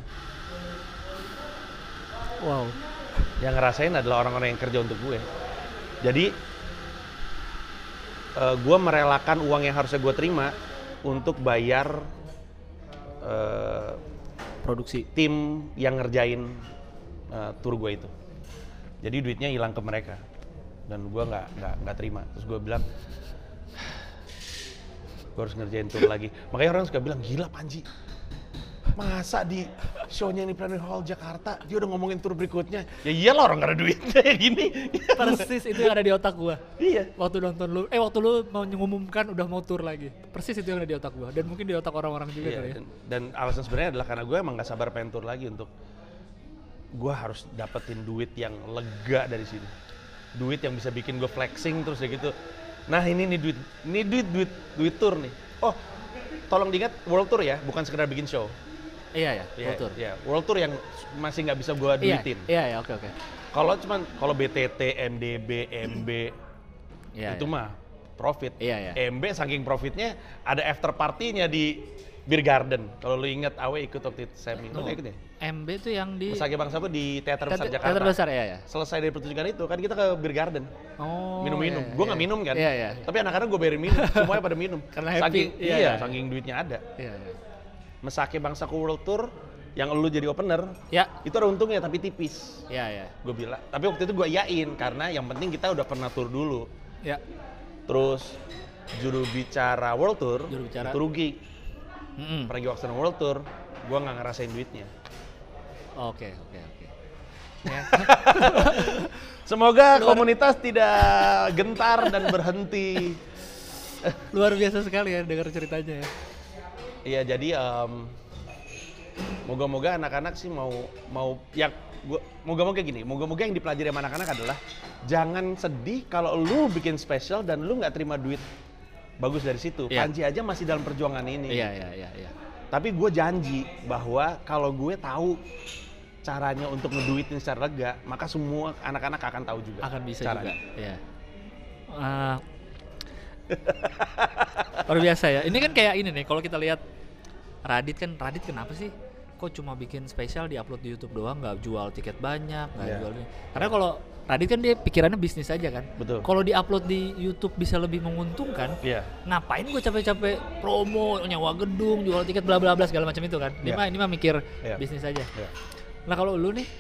Wow. Yang ngerasain adalah orang-orang yang kerja untuk gue. Jadi uh, gue merelakan uang yang harusnya gue terima untuk bayar uh, Produksi. tim yang ngerjain uh, tour gue itu. Jadi duitnya hilang ke mereka dan gue nggak nggak nggak terima. Terus gue bilang, gue harus ngerjain tour lagi. Makanya orang suka bilang, gila Panji, masa di show-nya ini Plenary Hall Jakarta dia udah ngomongin tour berikutnya. Ya iyalah orang gak ada duit kayak gini. Persis itu yang ada di otak gua. Iya. Waktu nonton lu, eh waktu lu mau mengumumkan udah mau tour lagi. Persis itu yang ada di otak gua dan mungkin di otak orang-orang juga Iya, kali ya. dan, dan alasan sebenarnya adalah karena gue emang gak sabar pengen tour lagi untuk gue harus dapetin duit yang lega dari sini. Duit yang bisa bikin gue flexing terus ya gitu. Nah ini nih duit, ini duit duit duit tour nih. Oh, tolong diingat World Tour ya, bukan sekedar bikin show. Iya ya, Iya, World Tour. iya. World Tour yang masih nggak bisa gue Iya, duitin. iya ya, oke oke. Kalau cuman kalau B T T, M D B, M B Iya. itu iya. mah profit. Iya, iya. M B saking profitnya ada after party-nya di Beer Garden. Kalau lu inget Awe ikut waktu itu semi. Lu Oh. nggak ikut ya? M B tuh yang di Masake Bangsa tuh di Teater Besar Teater- Jakarta. Teater Besar ya ya. Selesai dari pertunjukan itu kan kita ke Beer Garden. Oh. Minum-minum. iya, Gue iya. nggak minum kan. Iya iya. Tapi anak-anak gue bayarin minum. Semuanya pada minum. Karena happy. Saking, Iya, iya, iya. saking duitnya ada. Iya iya. Masake Bangsaku World Tour yang lu jadi opener, Ya. itu ada untungnya tapi tipis. Iya iya. Gue bilang. Tapi waktu itu gue iyain karena yang penting kita udah pernah tour dulu. Ya. Terus juru bicara World Tour Juru bicara. itu rugi. Mm-mm. Pragiwaksono World Tour, gue nggak ngerasain duitnya. Oke oke oke. Ya. Semoga Luar- komunitas tidak gentar dan berhenti. Luar biasa sekali ya dengar ceritanya ya. Iya, jadi em, moga-moga anak-anak sih mau mau ya gua moga-moga gini, moga-moga yang dipelajari sama anak-anak adalah jangan sedih kalau lu bikin spesial dan lu nggak terima duit bagus dari situ. Iya. Panji aja masih dalam perjuangan ini. Iya iya iya iya. Tapi gue janji bahwa kalau gue tahu caranya untuk ngeduitin secara lega, maka semua anak-anak akan tahu juga. Akan bisa caranya. juga. Iya. Eh, luar biasa ya. Ini kan kayak ini nih, kalau kita lihat Radit kan, Radit kenapa sih? Kok cuma bikin spesial di-upload di YouTube doang, nggak jual tiket banyak, nggak Iya. jual ini. Karena kalau Radit kan dia pikirannya bisnis aja kan. Betul. Kalau di-upload di YouTube bisa lebih menguntungkan. Iya. Ngapain gue capek-capek promo, nyawa gedung, jual tiket bla bla bla segala macam itu kan. Ini Iya. mah ini mah mikir Iya. bisnis aja. Iya. Nah kalau lu nih,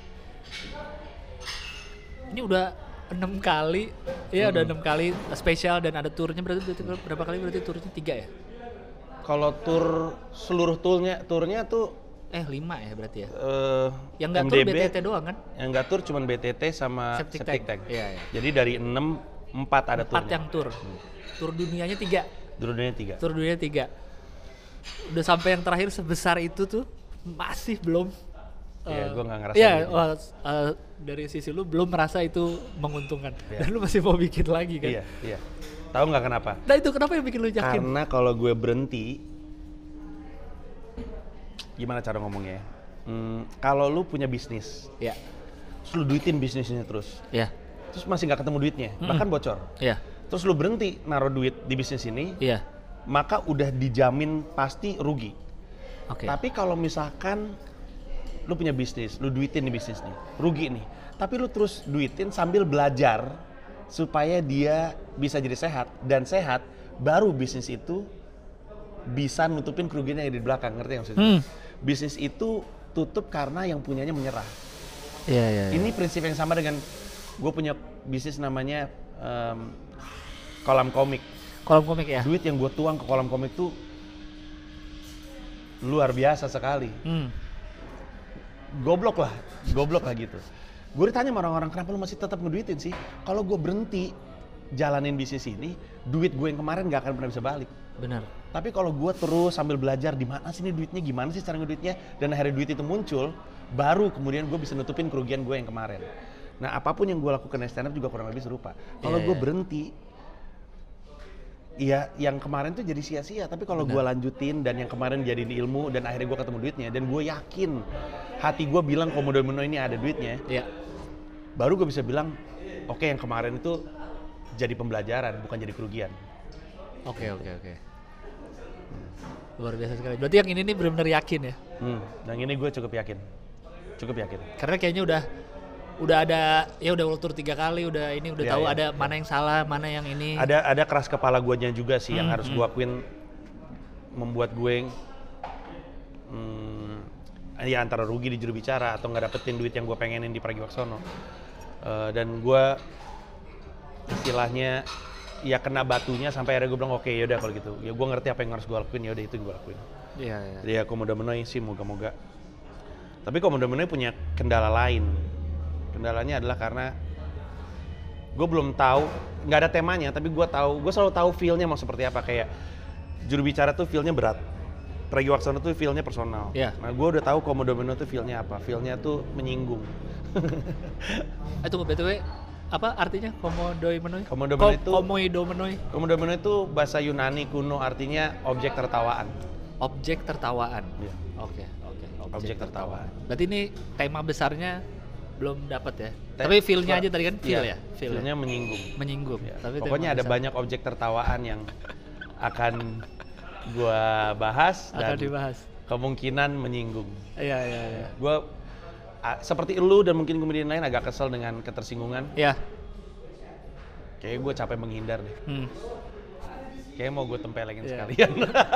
ini udah enam kali, ya udah enam kali spesial dan ada turnya, berarti, berarti berapa kali berarti turnya tiga ya? Kalau tur seluruh turnya turnya tuh Eh lima ya berarti ya? eh, Yang nggak M tur D B, B T T doang kan? yang nggak tur cuma B T T sama Septic septic, tank. tank. Iya, iya. Jadi dari enam empat ada Empat turnya. yang tur, tur dunianya tiga, Dulunya tiga. tur dunia tiga. Udah sampai yang terakhir sebesar itu tuh masih belum. Iya, eh, gua nggak ngerasain Iya, gitu. wah, eh, dari sisi lu belum merasa itu menguntungkan, Iya. dan lu masih mau bikin lagi kan? Iya, iya. Tahu nggak kenapa? Nah itu kenapa yang bikin lu yakin? Karena kalau gue berhenti, gimana cara ngomongnya? ya? Hmm, kalau lu punya bisnis, Iya, terus lu duitin bisnisnya terus, iya, terus masih nggak ketemu duitnya, Mm-mm. bahkan bocor. iya, Terus lu berhenti naruh duit di bisnis ini, iya. maka udah dijamin pasti rugi. Oke. Tapi kalau misalkan lu punya bisnis, lu duitin di bisnis nih, rugi nih. Tapi lu terus duitin sambil belajar supaya dia bisa jadi sehat, dan sehat baru bisnis itu bisa nutupin kerugian yang ada di belakang, ngerti nggak maksudnya? Hmm. Bisnis itu tutup karena yang punyanya menyerah. Iya, iya. Ini prinsip yang sama dengan gue punya bisnis namanya em, kolam komik. Kolom komik ya. Duit yang gue tuang ke kolam komik tuh luar biasa sekali. Hmm. Goblok lah, goblok lah gitu. Gue ditanya sama orang-orang, kenapa lu masih tetap ngeduitin sih? Kalau gue berhenti jalanin bisnis ini, duit gue yang kemarin gak akan pernah bisa balik. Benar. Tapi kalau gue terus sambil belajar di mana sih ini duitnya, gimana sih cara ngeduitnya, dan akhirnya duit itu muncul, baru kemudian gue bisa nutupin kerugian gue yang kemarin. Nah apapun yang gue lakukan di stand up juga kurang lebih serupa. Kalau Iya, gue iya. berhenti, iya yang kemarin tuh jadi sia-sia. Tapi kalau gue lanjutin dan yang kemarin jadi ilmu dan akhirnya gue ketemu duitnya, dan gue yakin hati gue bilang komodo-mono ini ada duitnya, Iya. baru gue bisa bilang, oke yang kemarin itu jadi pembelajaran, bukan jadi kerugian. Oke, oke, oke. Luar biasa sekali. Berarti yang ini nih benar-benar yakin ya. Hmm, dan ini gue cukup yakin, cukup yakin. Karena kayaknya udah udah ada ya udah ultur tiga kali, udah ini udah Iya, tahu iya, ada iya. mana yang salah, mana yang ini. Ada ada keras kepala guanya juga sih yang Hmm, harus hmm. gue akuin, membuat gue hmm, ya antara rugi di juru bicara atau nggak dapetin duit yang gue pengenin di Pragiwaksono. Uh, dan gue istilahnya ya kena batunya sampai akhirnya gue bilang oke yaudah kalau gitu, ya gue ngerti apa yang harus gue lakuin, yaudah itu gue lakuin. Iya, iya. Jadi ya Komodo Menoi sih moga-moga. Tapi Komodo Menoi punya kendala lain. Kendalanya adalah karena gue belum tahu, nggak ada temanya, tapi gue tahu, gue selalu tahu feel-nya mau seperti apa. Kayak juru bicara tuh feel-nya berat, Pragiwaksono tuh feel-nya personal. Iya. Nah gue udah tahu Komodo Menoi tuh feel-nya apa. Feel-nya tuh menyinggung. Eh tunggu B T W apa artinya komodoi menoi? Komodo Ko- menoi itu- komodo menoi. Komodo Menoi itu bahasa Yunani kuno, artinya objek tertawaan. Objek tertawaan. Iya. Oke, oke. Objek tertawaan. Berarti ini tema besarnya belum dapat ya. Te- Tapi feel-nya aja tadi kan feel Iya, ya, feel. feel-nya menyinggung. Menyinggung. Ya, Tapi pokoknya tema ada besar- banyak objek tertawaan yang akan gua bahas Akan dan dibahas. kemungkinan menyinggung. Iya, iya, iya. Gua a, seperti lu dan mungkin komedian lain agak kesel dengan ketersinggungan. Iya. Kayaknya gue capek menghindar deh. Hmm. Kayaknya mau gue tempelengin Iya. sekalian.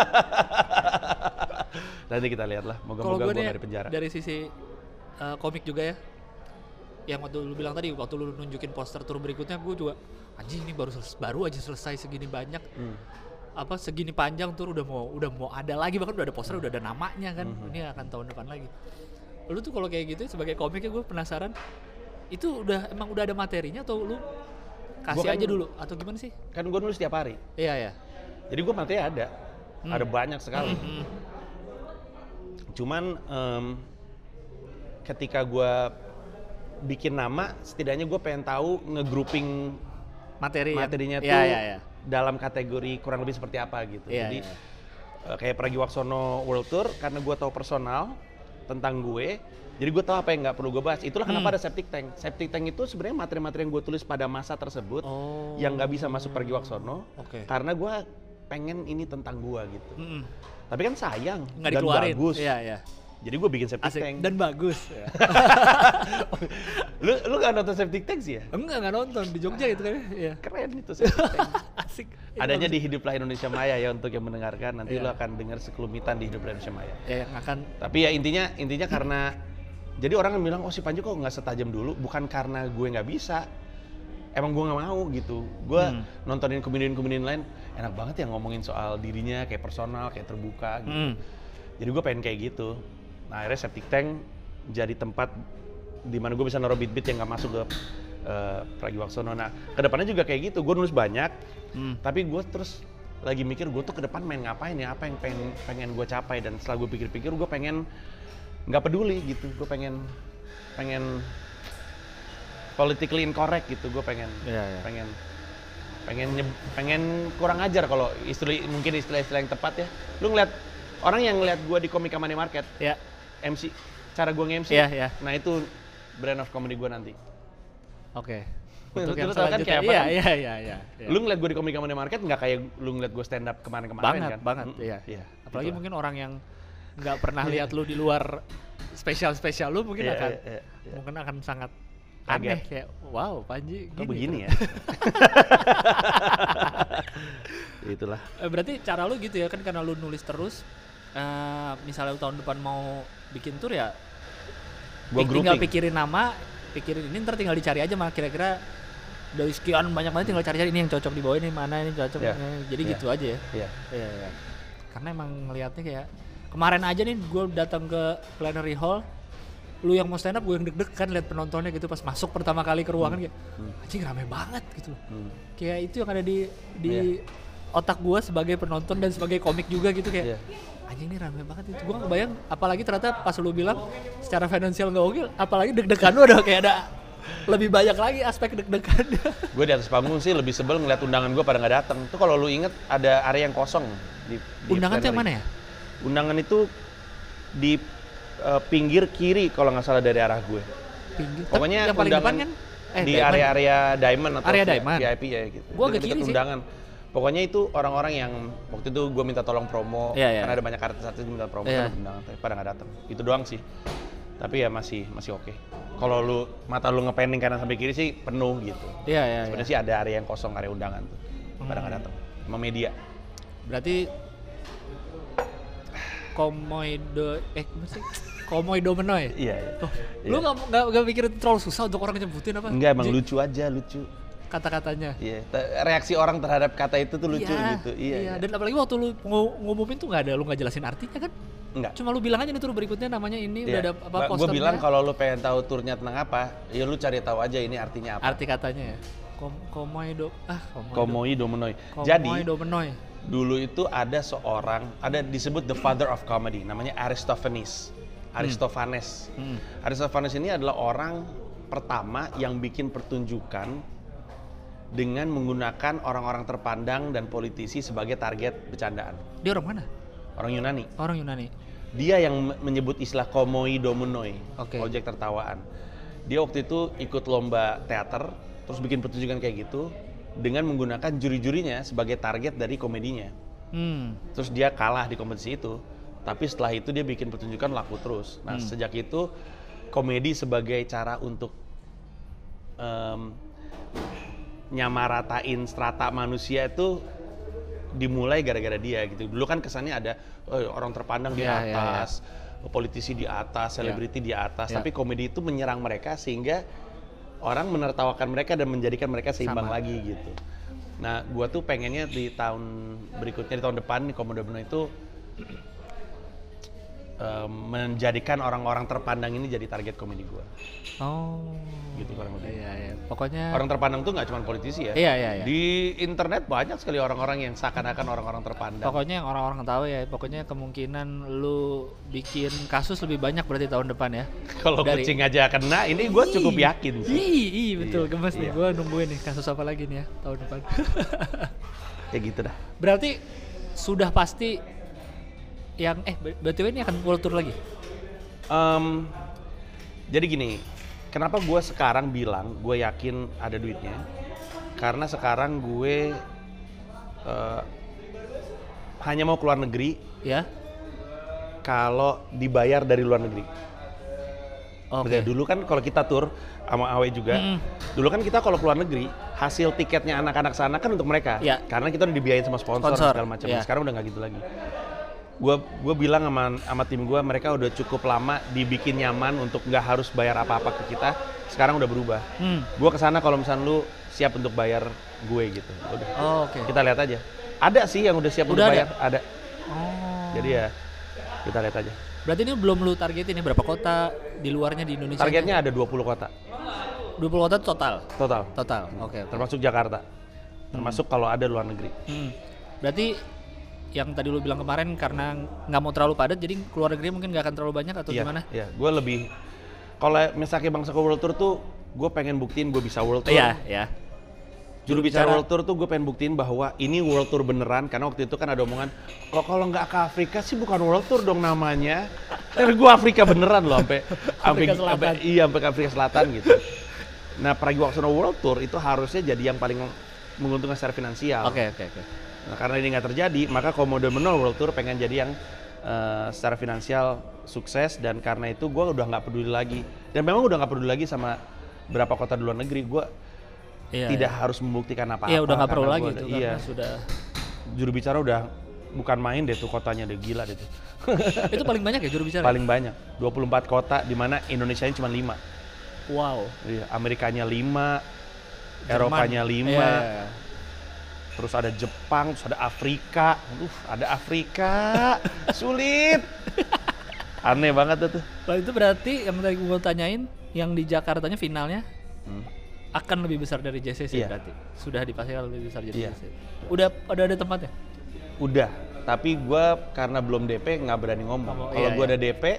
Nanti kita lihat lah. Kalau Moga-moga gue gue nih nggak di penjara. dari sisi uh, komik juga ya, yang waktu lu bilang tadi, waktu lu nunjukin poster tour berikutnya, gue juga anjing ini baru seles- baru aja selesai segini banyak, Hmm. apa segini panjang tour udah mau udah mau ada lagi, bahkan udah ada poster, udah ada namanya kan, Hmm. ini akan tahun depan lagi. Lu tuh kalau kayak gitu sebagai komiknya gue penasaran, itu udah emang udah ada materinya atau lu kasih Gua kan- aja dulu atau gimana sih? Kan gue nulis setiap hari. Iya ya. Jadi gue materi ada. Hmm. Ada banyak sekali. Hmm. Cuman em, ketika gue bikin nama, setidaknya gue pengen tahu nge-grouping Materi yang- materinya Iya, tuh iya, iya. dalam kategori kurang lebih seperti apa gitu. Iya, Jadi iya. eh, kayak Pragiwaksono World Tour, karena gue tahu personal tentang gue, jadi gue tahu apa yang nggak perlu gue bahas. Itulah kenapa Hmm. ada Septic Tank. Septic Tank itu sebenarnya materi-materi yang gue tulis pada masa tersebut Oh. yang nggak bisa masuk Pragiwaksono, Oke. karena gue pengen ini tentang gue gitu. Mm-mm. Tapi kan sayang Nggak dan dikeluarin. bagus. Iya, iya. Jadi gue bikin Septic Asik Tank. dan bagus. Ya. lu lu nggak nonton Septic Tank sih ya? Enggak, enggak nonton di Jogja itu kan. Iya. Keren itu Septic Tank. Asik. Itu Adanya bagus. di Hiduplah Indonesia Maya ya untuk yang mendengarkan. Nanti Iya. lu akan dengar sekelumitan di Hiduplah Indonesia Maya. ya yang akan Tapi ya intinya intinya karena jadi orang yang bilang oh si Panji kok nggak setajam dulu, bukan karena gue nggak bisa, emang gue nggak mau gitu. Gue Hmm. nontonin komedian-komedian lain enak banget ya ngomongin soal dirinya kayak personal, kayak terbuka gitu. Mm. Jadi gue pengen kayak gitu. Nah akhirnya Septic Tank jadi tempat di mana gue bisa naruh beat-beat yang nggak masuk ke uh, Pragiwaksono. Nah kedepannya juga kayak gitu. Gue nulis banyak, Mm. tapi gue terus lagi mikir gue tuh ke depan main ngapain ya, apa yang pengen pengen gue capai. Dan setelah gue pikir-pikir gue pengen nggak peduli gitu. Gue pengen pengen politically incorrect gitu. Gue pengen Iya, iya. pengen pengen nyeb- pengen kurang ajar kalau istilah mungkin istilah-istilah yang tepat ya. Lu ngeliat orang yang ngeliat gue di Komika Money Market, Ya. M C, cara gue nge-M C, Iya, iya. nah itu brand of comedy gue nanti. Oke. Lu- Untuk lu yang tahu kan selanjutnya. kayak apa Iya, kan? iya, iya, iya. iya. Lu ngeliat gue di Komika Money Market nggak kayak lu ngeliat gue stand up kemarin-kemarin banget, kan? banget. Mm, Iya. iya. Apalagi Itulah. mungkin orang yang nggak pernah lihat lu di luar spesial-spesial lu mungkin Iya, akan iya, iya, iya. mungkin akan sangat Kaget. aneh kayak wow Panji Kok gini, begini ya? Itulah. Eh, berarti cara lu gitu ya kan karena lu nulis terus eh, misalnya lu tahun depan mau bikin tour ya Gua pi- tinggal grouping. pikirin nama pikirin ini ntar tinggal dicari aja mah kira-kira dari sekian banyak banget tinggal cari-cari ini yang cocok di bawah ini mana ini cocok Iya. ini. Jadi Iya. gitu aja ya. Iya. Iya, iya. Karena emang ngelihatnya kayak kemarin aja nih gue datang ke Plenary Hall, lu yang mau stand up gue yang deg-degan lihat penontonnya gitu pas masuk pertama kali ke ruangan kayak anjing rame banget gitu loh. Hmm. Kayak itu yang ada di di otak gue sebagai penonton dan sebagai komik juga gitu kayak Iya. anjing ini rame banget itu. Gue gak kebayang apalagi ternyata pas lu bilang secara finansial gak oke, apalagi deg-degan lu udah kayak ada lebih banyak lagi aspek deg-degannya. Gue di atas panggung sih lebih sebel ngeliat undangan gue pada nggak datang. Tuh kalau lu inget ada area yang kosong di, di Undangan tuh yang plenary. mana ya? Undangan itu di uh, pinggir kiri kalau nggak salah dari arah gue. Pinggir. Tapi Pokoknya yang paling undangan depan kan eh, di Diamond. area-area Diamond atau Area V- Diamond. V I P ya gitu. Gua agak Dekat kiri sih. undangan. Pokoknya itu orang-orang yang waktu itu gue minta tolong promo Iya, iya. karena ada banyak artis-artis minta promo Iya. kan undangan, tapi pada nggak datang. Itu doang sih. Tapi ya masih masih oke. Kalau lu mata lu ngepending kanan sampai kiri sih penuh gitu. Iya, iya, Sebenarnya iya. sih ada area yang kosong, area undangan tuh. Pada nggak datang. Sama media. Berarti Komodo eh gimana sih? Komodo Menoy. Iya. iya. Tuh, Iya. lu gak, gak, gak mikir itu terlalu susah untuk orang nyebutin apa? Enggak, emang Ji- lucu aja, lucu. Kata-katanya. Iya, te- reaksi orang terhadap kata itu tuh lucu Iya, gitu. Iya, iya. Dan apalagi waktu lu ng- ngumumin tuh nggak ada, lu nggak jelasin artinya kan? Enggak. Cuma lu bilang aja nih tur berikutnya namanya ini udah ada apa Gue posternya. bilang kalau lu pengen tahu turnya tentang apa, ya lu cari tahu aja ini artinya apa. arti katanya ya. Kom komodo ah komodo. Komoi Domenoi. Komodo Jadi Menoy. dulu itu ada seorang, ada disebut the father of comedy, namanya Aristophanes. Aristophanes. Hmm. Aristophanes ini adalah orang pertama yang bikin pertunjukan dengan menggunakan orang-orang terpandang dan politisi sebagai target bercandaan. Dia orang mana? Orang Yunani. Orang Yunani. Dia yang me- menyebut istilah komoi domenoi, Oke. objek tertawaan. Dia waktu itu ikut lomba teater, terus bikin pertunjukan kayak gitu dengan menggunakan juri-jurinya sebagai target dari komedinya. Hmm. Terus dia kalah di kompetisi itu. Tapi setelah itu dia bikin pertunjukan laku terus. Nah, Hmm. sejak itu komedi sebagai cara untuk um, nyamaratain strata manusia itu dimulai gara-gara dia gitu. Dulu kan kesannya ada oh, orang terpandang di Ya, ya, ya. atas, politisi di atas, selebriti di atas. Ya. Tapi komedi itu menyerang mereka sehingga orang menertawakan mereka dan menjadikan mereka seimbang Sama. lagi gitu. Nah, gua tuh pengennya di tahun berikutnya, di tahun depan nih Komodo Beno itu um, menjadikan orang-orang terpandang ini jadi target komedi gua. Oh. Gitu kurang lebih. Iya, iya. Pokoknya Orang terpandang tuh nggak cuma politisi ya. Iya, iya, iya. Di internet banyak sekali orang-orang yang seakan-akan orang-orang terpandang. pokoknya yang orang-orang tahu ya, pokoknya kemungkinan lu bikin kasus lebih banyak berarti tahun depan ya. Kalau Dari- kucing aja kena, ini gue cukup yakin sih. Ih, ih, betul, Iya, gemes nih. iya. Gua nungguin nih kasus apa lagi nih ya tahun depan. Ya gitu dah. Berarti sudah pasti yang eh B T W ini akan world tour lagi. Em, jadi gini, kenapa gue sekarang bilang gue yakin ada duitnya? Karena sekarang gue eh, hanya mau keluar negeri Ya. kalau dibayar dari luar negeri. Oke. Betul, dulu kan kalau kita tur sama Awe juga, Mm-mm. dulu kan kita kalau keluar negeri hasil tiketnya anak-anak sana kan untuk mereka, Ya. karena kita udah dibiayain sama sponsor, Sponsor, segala macam. ya. Sekarang udah nggak gitu lagi. Gua gue bilang sama sama tim gue, mereka udah cukup lama dibikin nyaman untuk nggak harus bayar apa-apa ke kita. Sekarang udah berubah. Hmm. Gue kesana kalau misalnya lu siap untuk bayar gue gitu. Udah. Oh, oke. Kita lihat aja. Ada sih yang udah siap Udah untuk ada? bayar. Ada. Oh. Jadi ya kita lihat aja. Berarti ini belum lu targetin ya berapa kota di luarnya di Indonesia? Targetnya ada dua puluh kota dua puluh kota total. total. Total. Oke. oke. Termasuk Jakarta. Termasuk kalau ada luar negeri. Hmm. Berarti yang tadi lu bilang kemarin karena nggak mau terlalu padat, jadi keluar negeri mungkin nggak akan terlalu banyak atau Iya, gimana? Iya, gue lebih kalau misalnya Bangsa World Tour tuh gue pengen buktiin gue bisa World Tour. Iya, ya. Juru bicara bicara- World Tour tuh gue pengen buktiin bahwa ini World Tour beneran, karena waktu itu kan ada omongan kok kalau nggak ke Afrika sih bukan World Tour dong namanya. Tapi gue Afrika beneran loh, sampai sampai Afrika Selatan. sampai- iya sampai ke Afrika Selatan gitu. Nah, Pragiwaksono World Tour itu harusnya jadi yang paling menguntungkan secara finansial. Oke, oke, oke. Nah, karena ini nggak terjadi, maka Komodo Beno World Tour pengen jadi yang eh, secara finansial sukses, dan karena itu gue udah nggak peduli lagi. Dan memang udah nggak peduli lagi sama berapa kota di luar negeri. Gue Iya, tidak iya. harus membuktikan apa-apa. Iya, udah nggak perlu karena lagi gua itu udah- karena Iya, sudah. juru bicara udah bukan main deh tuh kotanya, deh gila deh tuh. Itu paling banyak ya juru bicara? Paling banyak, dua puluh empat kota di mana Indonesianya cuma lima. Wow. Iya, Amerikanya lima, Jerman. Eropanya lima. Iya, iya, iya. Terus ada Jepang, terus ada Afrika. Uh, ada Afrika. Sulit. Aneh banget tuh. Lalu itu berarti yang tadi gue tanyain, yang di Jakartanya finalnya Hmm. akan lebih besar dari J C C Iya. berarti? Sudah dipastikan lebih besar dari Iya. J C C. Udah ada ada tempatnya? Udah, tapi gua karena belum D P nggak berani ngomong. Ngomong, Kalau iya, gua iya. ada D P,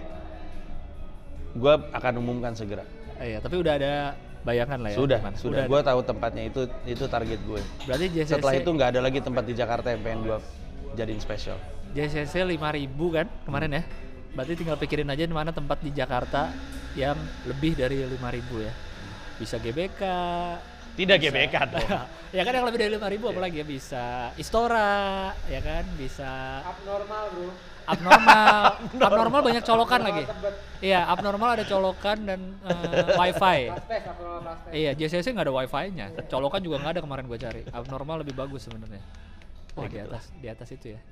gua akan umumkan segera. Eh, iya, tapi udah ada bayangan lah ya. Sudah, mana? sudah. ada. Gua tahu tempatnya, itu itu target gue. Berarti J C C Setelah itu nggak ada lagi tempat di Jakarta yang pengen gua jadiin spesial. J C C lima ribu kan kemarin ya. Berarti tinggal pikirin aja di mana tempat di Jakarta yang lebih dari lima ribu ya. Bisa G B K. Tidak G B K dong. Ya kan yang lebih dari lima ribu apalagi ya, bisa Istora, ya kan, bisa Abnormal bro. abnormal. Abnormal banyak colokan lagi. Iya, abnormal ada colokan dan eh, wifi. Space, abnormal space. Iya, J C C nggak ada wifi-nya. Colokan juga nggak ada kemarin gue cari. Abnormal lebih bagus sebenarnya. Oh, di atas, di atas itu ya.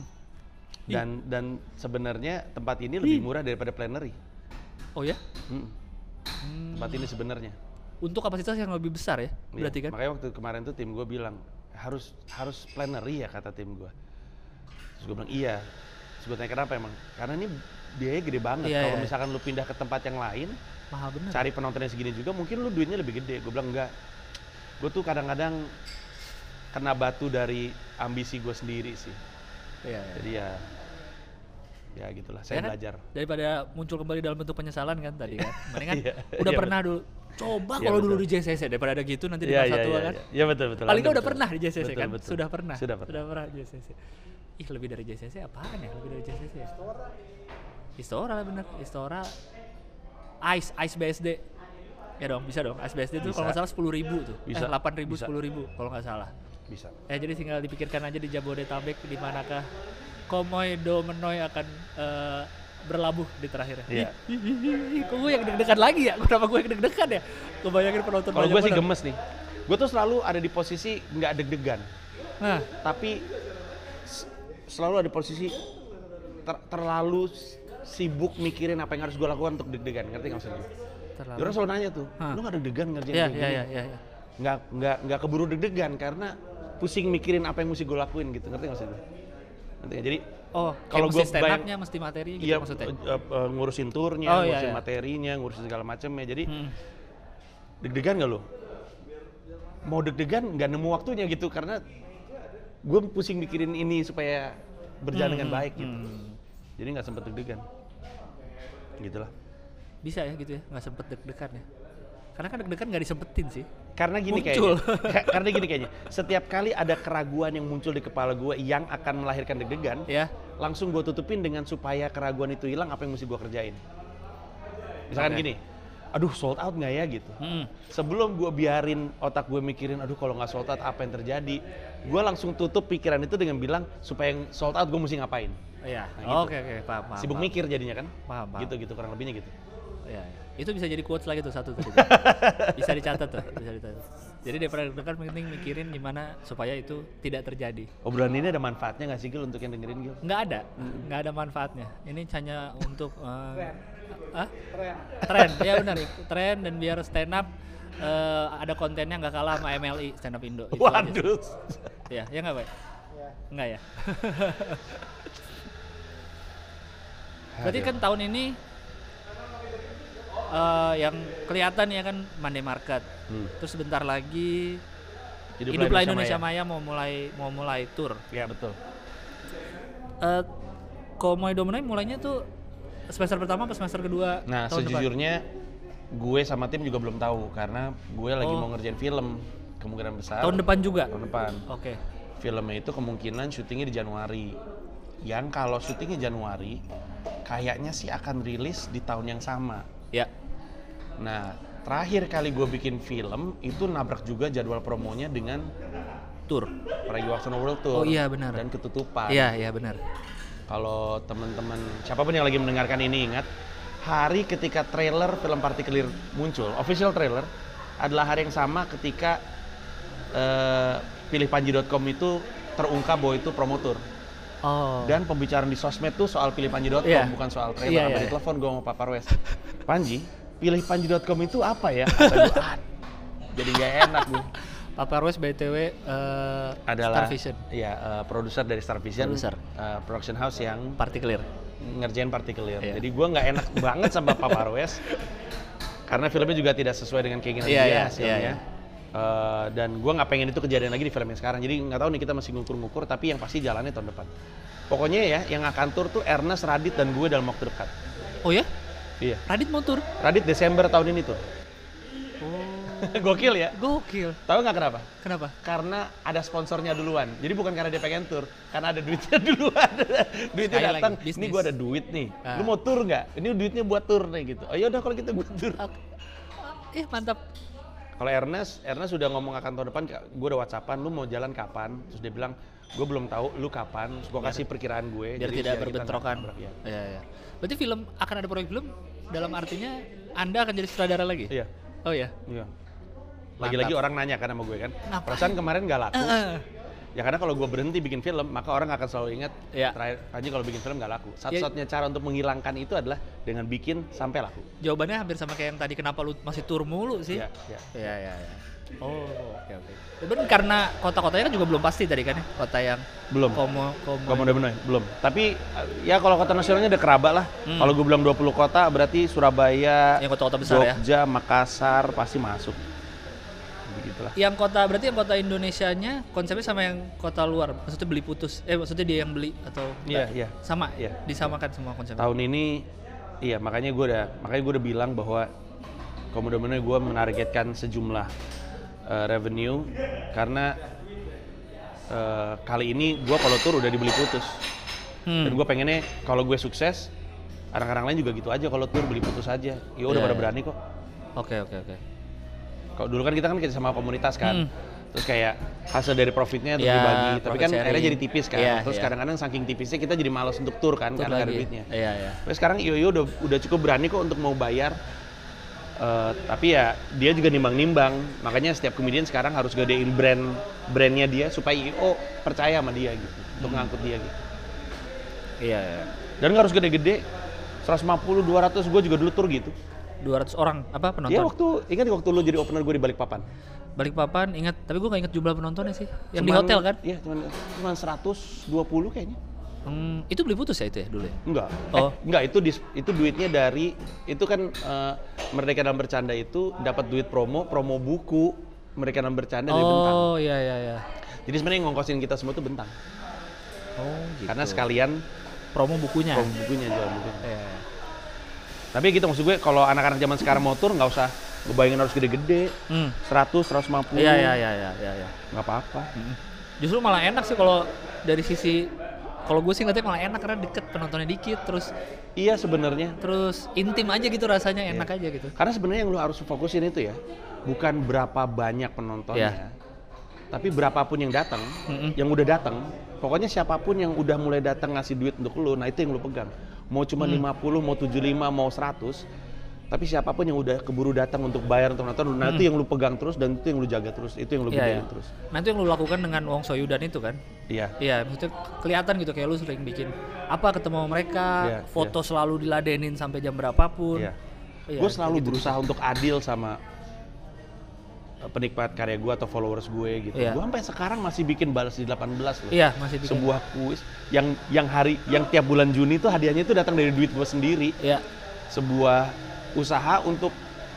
Dan dan sebenarnya tempat ini lebih murah daripada Plenary. Oh ya? Hmm. Tempat ini sebenarnya. Untuk kapasitas yang lebih besar ya, Iya, berarti kan? Makanya waktu kemarin tuh tim gue bilang harus harus Plenary ya, kata tim gue. Terus gue bilang iya. Terus gue tanya kenapa emang? Karena ini biayanya gede banget. Iya, Kalau iya. misalkan lu pindah ke tempat yang lain, Mahal bener. cari penontonnya segini juga, mungkin lu duitnya lebih gede. Gue bilang enggak. Gue tuh kadang-kadang kena batu dari ambisi gue sendiri sih. Iya, iya. Jadi ya, ya gitulah. Ya Saya kan? belajar. Daripada muncul kembali dalam bentuk penyesalan kan tadi kan. Mendingan Iya, udah iya, pernah dulu. Coba Iya, kalau dulu betul. di J C C daripada ada gitu nanti di Iya, masa iya, tua iya, kan. iya. Iya betul betul. Paling Anda nggak udah betul. pernah di J C C Betul, kan? betul. Sudah pernah. Sudah pernah. Sudah pernah di J C C. Ih, lebih dari J C C apaan ya? Lebih dari J C C ya? Istora lah bener. Istora. Ice, Ice B S D. Ya dong, bisa dong. Ice B S D itu Bisa. kalau nggak salah sepuluh ribu tuh. Bisa. Eh, delapan ribu, Bisa. sepuluh ribu kalau nggak salah. Bisa. Ya jadi tinggal dipikirkan aja di Jabodetabek di manakah Komodo Menoy akan uh, berlabuh di terakhirnya. Iya. Kok gue yang deg-degan lagi ya? Kenapa gue yang deg-degan ya? Kebayangin penonton Kalau banyak gue sih bener. gemes nih. Gue tuh selalu ada di posisi nggak deg-degan. Nah, Tapi s- selalu ada di posisi ter- terlalu sibuk mikirin apa yang harus gue lakukan untuk deg-degan. Ngerti nggak maksud gue? terlalu. Orang selalu nanya tuh, Hah. lu nggak deg-degan ngerjain Iya, kayak iya, gini? iya, iya, iya. Nggak, nggak, nggak keburu deg-degan karena pusing mikirin apa yang mesti gue lakuin gitu. Ngerti nggak maksud gue? Ngerti nggak? Jadi Oh, kalau kalau gua mesti stand bayang- up-nya, mesti materi gitu iya, maksudnya. eh, eh, ngurusin turnya, Oh, iya, ngurusin iya. materinya, ngurusin segala macamnya. Jadi Hmm. deg-degan nggak lo? Mau deg-degan nggak nemu waktunya gitu karena gue pusing mikirin ini supaya berjalan dengan baik gitu. Hmm. Jadi nggak sempet deg-degan. Gitulah. Bisa ya gitu ya, nggak sempet deg-degan ya. Karena kan deg-degan nggak disempetin sih. Karena gini Muncul. kayaknya. Ka- Karena gini kayaknya. Setiap kali ada keraguan yang muncul di kepala gue yang akan melahirkan deg-degan, Ya. langsung gue tutupin dengan supaya keraguan itu hilang apa yang mesti gue kerjain. Misalkan Oke. gini, aduh sold out nggak ya gitu. Hmm. Sebelum gue biarin otak gue mikirin, aduh kalau nggak sold out apa yang terjadi, gue langsung tutup pikiran itu dengan bilang supaya yang sold out gue mesti ngapain. Iya. Nah, gitu. Oke oke, paham, paham. Sibuk paham. mikir jadinya kan. Paham, paham. Gitu gitu kurang lebihnya gitu. Iya, iya. Itu bisa jadi quotes lagi tuh satu tuh. Bisa dicatat tuh, bisa dicatat. Jadi daripada deg-degan mending mikirin gimana supaya itu tidak terjadi. Obrolan ini ada manfaatnya nggak sih Gil untuk yang dengerin Gil? Nggak ada, nggak ada manfaatnya. Ini hanya untuk uh, Tren. ah? Tren. Tren, ya benar. Tren dan biar stand up uh, ada kontennya nggak kalah sama M L I stand up Indo. Itu aja sih. Waduh. Ya, ya nggak, Pak? Ya. Nggak ya. Berarti kan tahun ini uh, yang kelihatan ya kan Monday Market. Hmm. Terus sebentar lagi Hiduplah Hiduplah Indonesia Indonesia Maya mau mulai mau mulai tour. Ya betul. Uh, Komodo Menoy mulainya tuh semester pertama apa semester kedua Nah tahun depan? sejujurnya gue sama tim juga belum tahu karena gue lagi Oh. mau ngerjain film kemungkinan besar. Tahun depan juga? Tahun depan. Oke. Filmnya itu kemungkinan syutingnya di Januari. Yang kalau syutingnya Januari, kayaknya sih akan rilis di tahun yang sama. Ya. Nah, terakhir kali gue bikin film itu nabrak juga jadwal promonya dengan Tour. Pragiwaksono World Tour. Oh iya, benar. Dan ketutupan. Iya, iya benar. Kalau teman-teman siapapun yang lagi mendengarkan ini ingat, hari ketika trailer film Partikelir muncul, official trailer adalah hari yang sama ketika uh, pilihpanji dot com itu terungkap bahwa itu promotor. Oh. Dan pembicaraan di sosmed tuh soal pilihpanji dot com, Iya. bukan soal Iya, trailer. iya, Sampai iya. ditelepon gue sama Pak Parwes, Panji, pilihpanji dot com itu apa ya? Kata gue, "Ah, jadi gak enak gue. Pak Parwes B T W uh, Adalah Star Vision, ya uh, produser dari Star Vision, Produser. uh, production house yang Partikelir. ngerjain Partikelir. Iya. Jadi gue nggak enak banget sama Pak Parwes karena filmnya juga tidak sesuai dengan keinginan Iya, dia iya, hasilnya. iya, iya. Uh, dan gue nggak pengen itu kejadian lagi di film yang sekarang. Jadi nggak tahu nih kita masih ngukur-ngukur, tapi yang pasti jalannya tahun depan. Pokoknya ya yang akan tur tuh Ernest, Radit dan gue dalam waktu dekat. Oh ya? Iya. Radit mau tour? Radit Desember tahun ini tuh. Oh. Gokil ya. Gokil. Tahu nggak kenapa? Kenapa? Karena ada sponsornya duluan. Jadi bukan karena dia pengen tur, karena ada duitnya duluan. Duitnya Sekali datang. lagi, Ini bisnis. gua ada duit nih. Ah. Lu mau tur nggak? Ini duitnya buat tur nih gitu. Oh ya udah kalau gitu buat tur. Oke. Eh mantap. Kalau Ernest, Ernest sudah ngomong akan tahun depan. Gue udah WhatsAppan, lu mau jalan kapan? Terus dia bilang, gue belum tahu lu kapan. Terus gue kasih perkiraan gue. Biar jadi tidak kita berbentrokan. nggak nabrak, ya. Iya, iya. Berarti film akan ada proyek film dalam artinya Anda akan jadi sutradara lagi? Iya. Oh ya. Iya. Lagi-lagi Mantap. orang nanya kan sama gue kan. Ngapain? Perasaan kemarin nggak laku. Heeh. Ya karena kalau gue berhenti bikin film, maka orang akan selalu ingat Iya. terakhir Panji kalau bikin film nggak laku. Ya. Satu-satunya cara untuk menghilangkan itu adalah dengan bikin sampai laku. Jawabannya hampir sama kayak yang tadi, kenapa lu masih tur mulu sih? Iya, iya. Iya, iya, iya. Oh, oke oke. Tapi karena kota-kotanya kan juga belum pasti tadi kan ya, kota yang Belum. Komo Komo. Komodo Menoy, belum. Tapi ya kalau kota nasionalnya udah kerabat lah. Hmm. Kalau gue bilang dua puluh kota berarti Surabaya, Yang kota-kota besar ya. Jogja, Makassar pasti masuk. Begitulah. Yang kota berarti yang kota Indonesianya konsepnya sama yang kota luar. Maksudnya beli putus. Eh maksudnya dia yang beli atau Iya, enggak? iya. Sama. Iya. Disamakan semua konsepnya. Tahun ini iya makanya gue udah makanya gue udah bilang bahwa Komodo Menoy gue menargetkan sejumlah uh, revenue karena uh, kali ini gue kalau tur udah dibeli putus. Hmm. Dan gue pengennya kalau gue sukses, orang-orang lain juga gitu aja kalau tur beli putus aja. Ya udah Iya, pada iya. berani kok. Oke oke oke. Kalau dulu kan kita kan kerja sama komunitas kan. Hmm. terus kayak hasil dari profitnya terus Iya, dibagi, tapi profit kan sharing. akhirnya jadi tipis kan, Iya, terus iya. kadang-kadang saking tipisnya kita jadi malas untuk tur kan, Tur karena nggak ada lagi. duitnya. Iya, iya. Tapi sekarang I O I O udah udah cukup berani kok untuk mau bayar. Uh, tapi ya dia juga nimbang-nimbang, makanya setiap komedian sekarang harus gedein brand brandnya dia supaya I O percaya sama dia gitu, untuk ngangkut dia gitu. Iya, iya. Dan nggak harus gede-gede, seratus lima puluh, dua ratus, gue juga dulu tur gitu. dua ratus orang apa penonton? Iya waktu, ingat waktu lu jadi opener gue di Balikpapan? Balikpapan ingat, tapi gue nggak ingat jumlah penontonnya sih. Yang di Cuman- hotel kan? Iya, cuman, cuman seratus dua puluh kayaknya. Hmm, itu beli putus ya itu ya dulu ya? Enggak. Oh. Eh, enggak, itu dis- itu duitnya dari itu kan eh, Merdeka dalam Bercanda itu dapat duit promo, promo buku Merdeka dalam Bercanda dari Bentang. Oh, iya iya iya. Jadi sebenarnya yang ngongkosin kita semua itu Bentang. Oh, gitu. Karena sekalian promo bukunya. promo bukunya, jual bukunya. Iya, iya. Tapi gitu maksud gue kalau anak-anak zaman sekarang mau tur nggak usah ngebayangin harus gede-gede. Hmm. seratus, seratus lima puluh. Iya iya iya iya iya. iya. Nggak apa-apa. Justru malah enak sih kalau dari sisi kalau gue sih ngeliatnya malah enak karena deket penontonnya dikit terus Iya sebenarnya. terus intim aja gitu rasanya enak Iya. aja gitu. Karena sebenarnya yang lu harus fokusin itu ya, bukan berapa banyak penontonnya, Iya. tapi berapapun yang datang, Mm-mm. yang udah datang, pokoknya siapapun yang udah mulai datang ngasih duit untuk lu, nah itu yang lu pegang. Mau cuma Hmm. lima puluh, mau tujuh puluh lima, mau seratus, tapi siapapun yang udah keburu datang untuk bayar untuk nonton, nah itu yang lu pegang terus dan itu yang lu jaga terus, itu yang lu Hmm. Iya, gedein iya. terus. Nah itu yang lu lakukan dengan Wong Soyudan itu kan? Iya. Iya, maksudnya kelihatan gitu kayak lu sering bikin apa ketemu sama mereka, Iya, foto selalu diladenin sampai jam berapapun. Iya. Iya, Gue selalu kayak gitu. berusaha untuk adil sama uh, penikmat karya gue atau followers gue gitu. Iya. Gue sampai sekarang masih bikin balas di delapan belas loh. Iya, masih bikin. Sebuah kuis yang yang hari yang tiap bulan Juni tuh hadiahnya itu datang dari duit gue sendiri. Iya. Sebuah usaha untuk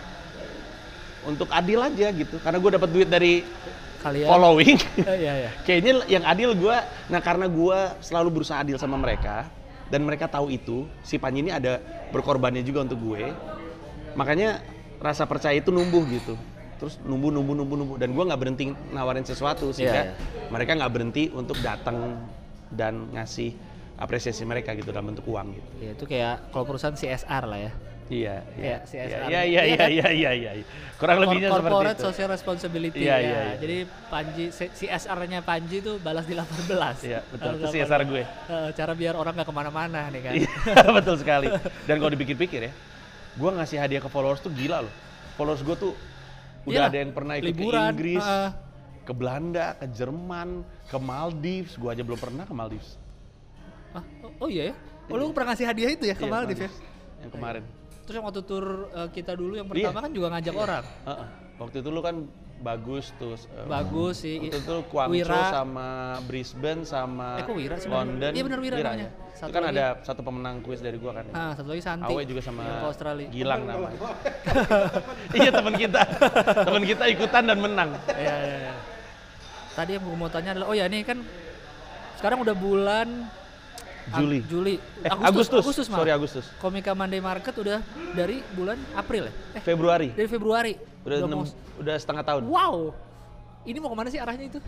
untuk adil aja gitu. Karena gue dapat duit dari Kalian. following. Eh, iya, iya. Kayaknya yang adil gue, nah karena gue selalu berusaha adil sama mereka dan mereka tahu itu, si Panji ini ada berkorbannya juga untuk gue, makanya rasa percaya itu numbuh gitu, terus numbuh numbuh numbuh numbuh dan gue nggak berhenti nawarin sesuatu sehingga Iya, iya. mereka nggak berhenti untuk datang dan ngasih apresiasi mereka gitu dalam bentuk uang gitu. Iya, itu kayak kalau perusahaan C S R lah ya. Iya, Iya, C S R. iya, iya, iya, iya, iya, iya, iya. Kurang lebihnya Cor- seperti Corporate itu. Social Responsibility Iya, ya. iya, iya. Jadi Panji C S R-nya Panji itu balas di delapan belas. Iya, betul. Balas Itu C S R gue. Eh, cara biar orang nggak kemana-mana nih kan. Iya, betul sekali. Dan kalau dipikir-pikir ya, gue ngasih hadiah ke followers tuh gila loh. Followers gue tuh udah Iyalah, ada yang pernah ikut liburan, ke Inggris, uh. ke Belanda, ke Jerman, ke Maldives. Gue aja belum pernah ke Maldives. Ah, oh, oh iya ya. Oh lu pernah ngasih hadiah itu ya ke Iya, Maldives ya? Yang kemarin. Terus yang waktu tur uh, kita dulu yang Iya. pertama kan juga ngajak orang. Heeh. Waktu itu lu kan bagus tuh. eh, Bagus sih. Waktu itu Guangzhou Wira. sama Brisbane sama Eh, kok Wira sih London. namanya? Iya, benar, Wira namanya. ya. Satu Itu kan lagi. ada satu pemenang kuis dari gua kan. Ah, satu lagi Santi. Awe juga sama yang ke Australia. Gilang namanya. Iya teman kita, teman kita ikutan dan menang. Iya, iya, iya. Tadi yang gue mau tanya adalah, oh ya ini kan sekarang udah bulan Ag- Juli. Juli. Eh, Agustus. Agustus malah. Sorry Agustus. Komika Monday Market udah dari bulan April ya? Eh, Februari. dari Februari. Udah enam, mau- udah setengah tahun. Wow. Ini mau kemana sih arahnya itu?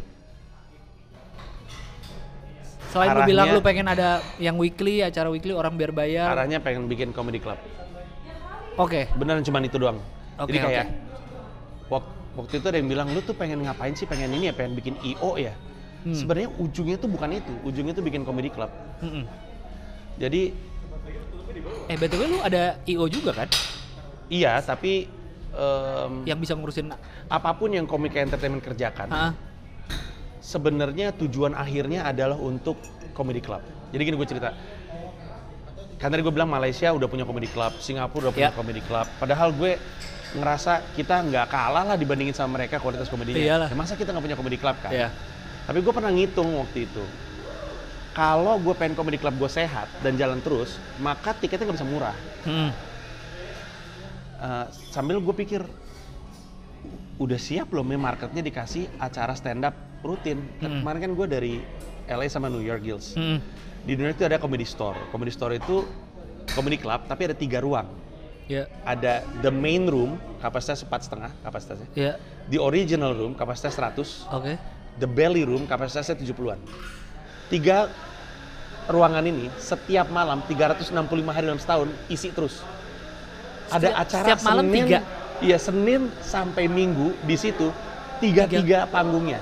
Selain lu Arahnya- bilang lu pengen ada yang weekly, acara weekly orang biar bayar. Arahnya pengen bikin comedy club. Oke. Beneran cuman itu doang. Oke, Jadi kayak oke. wak- waktu itu ada yang bilang lu tuh pengen ngapain sih? Pengen ini ya, pengen bikin I O ya. Hmm. Sebenarnya ujungnya tuh bukan itu. Ujungnya tuh bikin comedy club. Mm-mm. Jadi Eh B T W lu ada I O juga kan? iya, tapi em, Yang bisa ngurusin. apapun yang komika entertainment kerjakan, Ah, sebenarnya tujuan akhirnya adalah untuk comedy club. Jadi gini gue cerita. Kan tadi gue bilang Malaysia udah punya comedy club, Singapura udah punya Ya. comedy club. Padahal gue ngerasa kita nggak kalah lah dibandingin sama mereka kualitas komedinya. Iyalah. Ya, masa kita nggak punya comedy club kan? Iya. Tapi gue pernah ngitung waktu itu. Kalau gue pengen comedy club gue sehat dan jalan terus, maka tiketnya nggak bisa murah. Hmm. Uh, sambil gue pikir, udah siap belum ya marketnya dikasih acara stand up rutin. Hmm. Kemarin kan gue dari L A sama New York Guilds. Hmm. Di New York itu ada comedy store. Comedy store itu comedy club tapi ada tiga ruang. Ya. Ada the main room kapasitas empat setengah kapasitasnya. Ya. The original room kapasitas seratus. Oke. The belly room kapasitasnya tujuh puluhan. Tiga ruangan ini setiap malam tiga ratus enam puluh lima hari dalam setahun isi terus. Ada Setiap- acara setiap malam Senin, tiga? Iya, Senin sampai Minggu di situ Tiga-tiga panggungnya.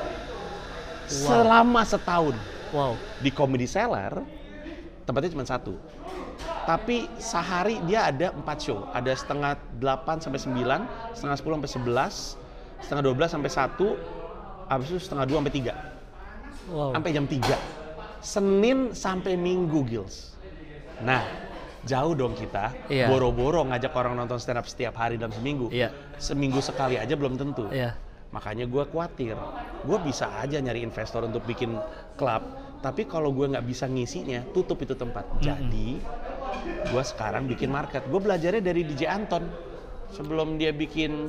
Selama setahun. Wow. Di Comedy Cellar, tempatnya cuma satu. Tapi sehari dia ada empat show. Ada setengah delapan sampai sembilan, setengah sepuluh sampai sebelas, setengah dua belas sampai satu, habis itu setengah dua sampai tiga. Wow. Sampai jam tiga. Senin sampai Minggu, Gils. Nah, jauh dong kita. Iya. Boro-boro ngajak orang nonton stand up setiap hari dalam seminggu. Iya. Seminggu sekali aja belum tentu. Iya. Makanya gue khawatir. Gue bisa aja nyari investor untuk bikin klub. Tapi kalau gue nggak bisa ngisinya, tutup itu tempat. Mm-hmm. Jadi, gue sekarang bikin market. Gue belajarnya dari D J Anton. Sebelum dia bikin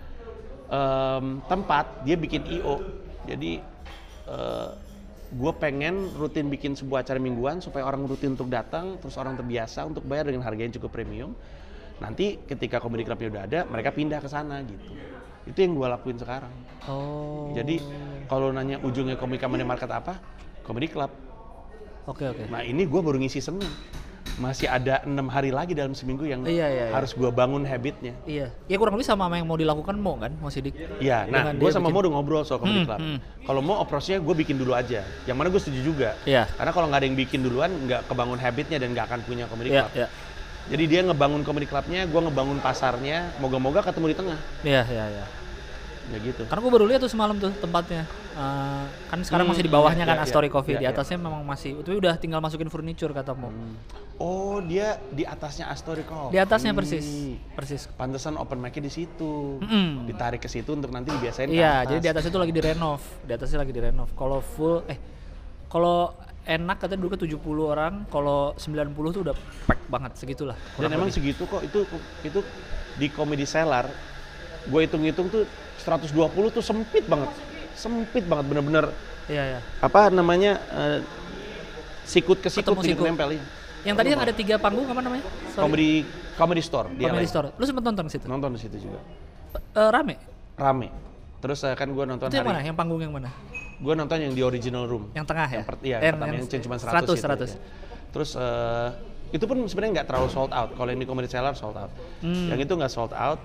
um, tempat, dia bikin I O. Jadi, uh, gue pengen rutin bikin sebuah acara mingguan supaya orang rutin untuk datang, terus orang terbiasa untuk bayar dengan harga yang cukup premium. Nanti ketika comedy clubnya udah ada, mereka pindah ke sana gitu. Itu yang gue lakuin sekarang. Oh. Jadi kalau nanya ujungnya comedy company market apa? Comedy club. Oke oke. Nah ini gue baru ngisi Senin. Masih ada enam hari lagi dalam seminggu yang iya, iya, harus gue bangun habitnya. Iya. Ya kurang lebih sama yang mau dilakukan Mo kan, Mo Sidik. Iya. Nah, gue sama bikin... Mo udah ngobrol soal comedy hmm, club. Hmm. Kalau Mo approach-nya gue bikin dulu aja. Yang mana gue setuju juga. Iya. Karena kalau nggak ada yang bikin duluan, nggak kebangun habitnya dan nggak akan punya comedy iya, club. Iya. Jadi dia ngebangun comedy clubnya, gue ngebangun pasarnya. Moga-moga ketemu di tengah. Iya, iya, iya. Ya gitu. Karena gue baru lihat tuh semalam tuh tempatnya. Uh, kan sekarang hmm, masih di bawahnya iya, kan iya, Astory Coffee. iya, Di iya. atasnya memang masih, itu udah tinggal masukin furniture kata Mo. Hmm. Oh, dia di atasnya Astory Coffee. Di atasnya persis, persis. Pantesan open mic-nya di situ. Mm-hmm. Ditarik ke situ untuk nanti dibiasain ke iya, atas. jadi di atasnya tuh lagi direnov. Di atasnya lagi direnov. Kalau full, eh, kalau enak katanya dulu ke tujuh puluh orang, kalau sembilan puluh tuh udah pack banget segitulah. Dan emang lebih. Segitu kok, itu itu di Comedy Cellar, gue hitung-hitung tuh seratus dua puluh tuh sempit banget. Sempit banget, bener-bener. Iya, iya. Apa namanya, uh, sikut ke sikut, sikut nempel. Yang tadi yang ada tiga panggung apa namanya? Sorry. Comedy Comedy Store. Comedy Store. Lu sempet nonton di situ? Nonton di situ juga. Uh, rame? Rame. Terus uh, kan gue nonton itu yang hari... mana? Yang panggung yang mana? Gue nonton yang di original room. Yang tengah ya? Yang per, iya, eh, pertama yang, yang cuma seratus. seratus, itu, seratus. Ya. Terus uh, itu pun sebenarnya nggak terlalu sold out. Kalau yang di Comedy Cellar sold out. Hmm. Yang itu nggak sold out.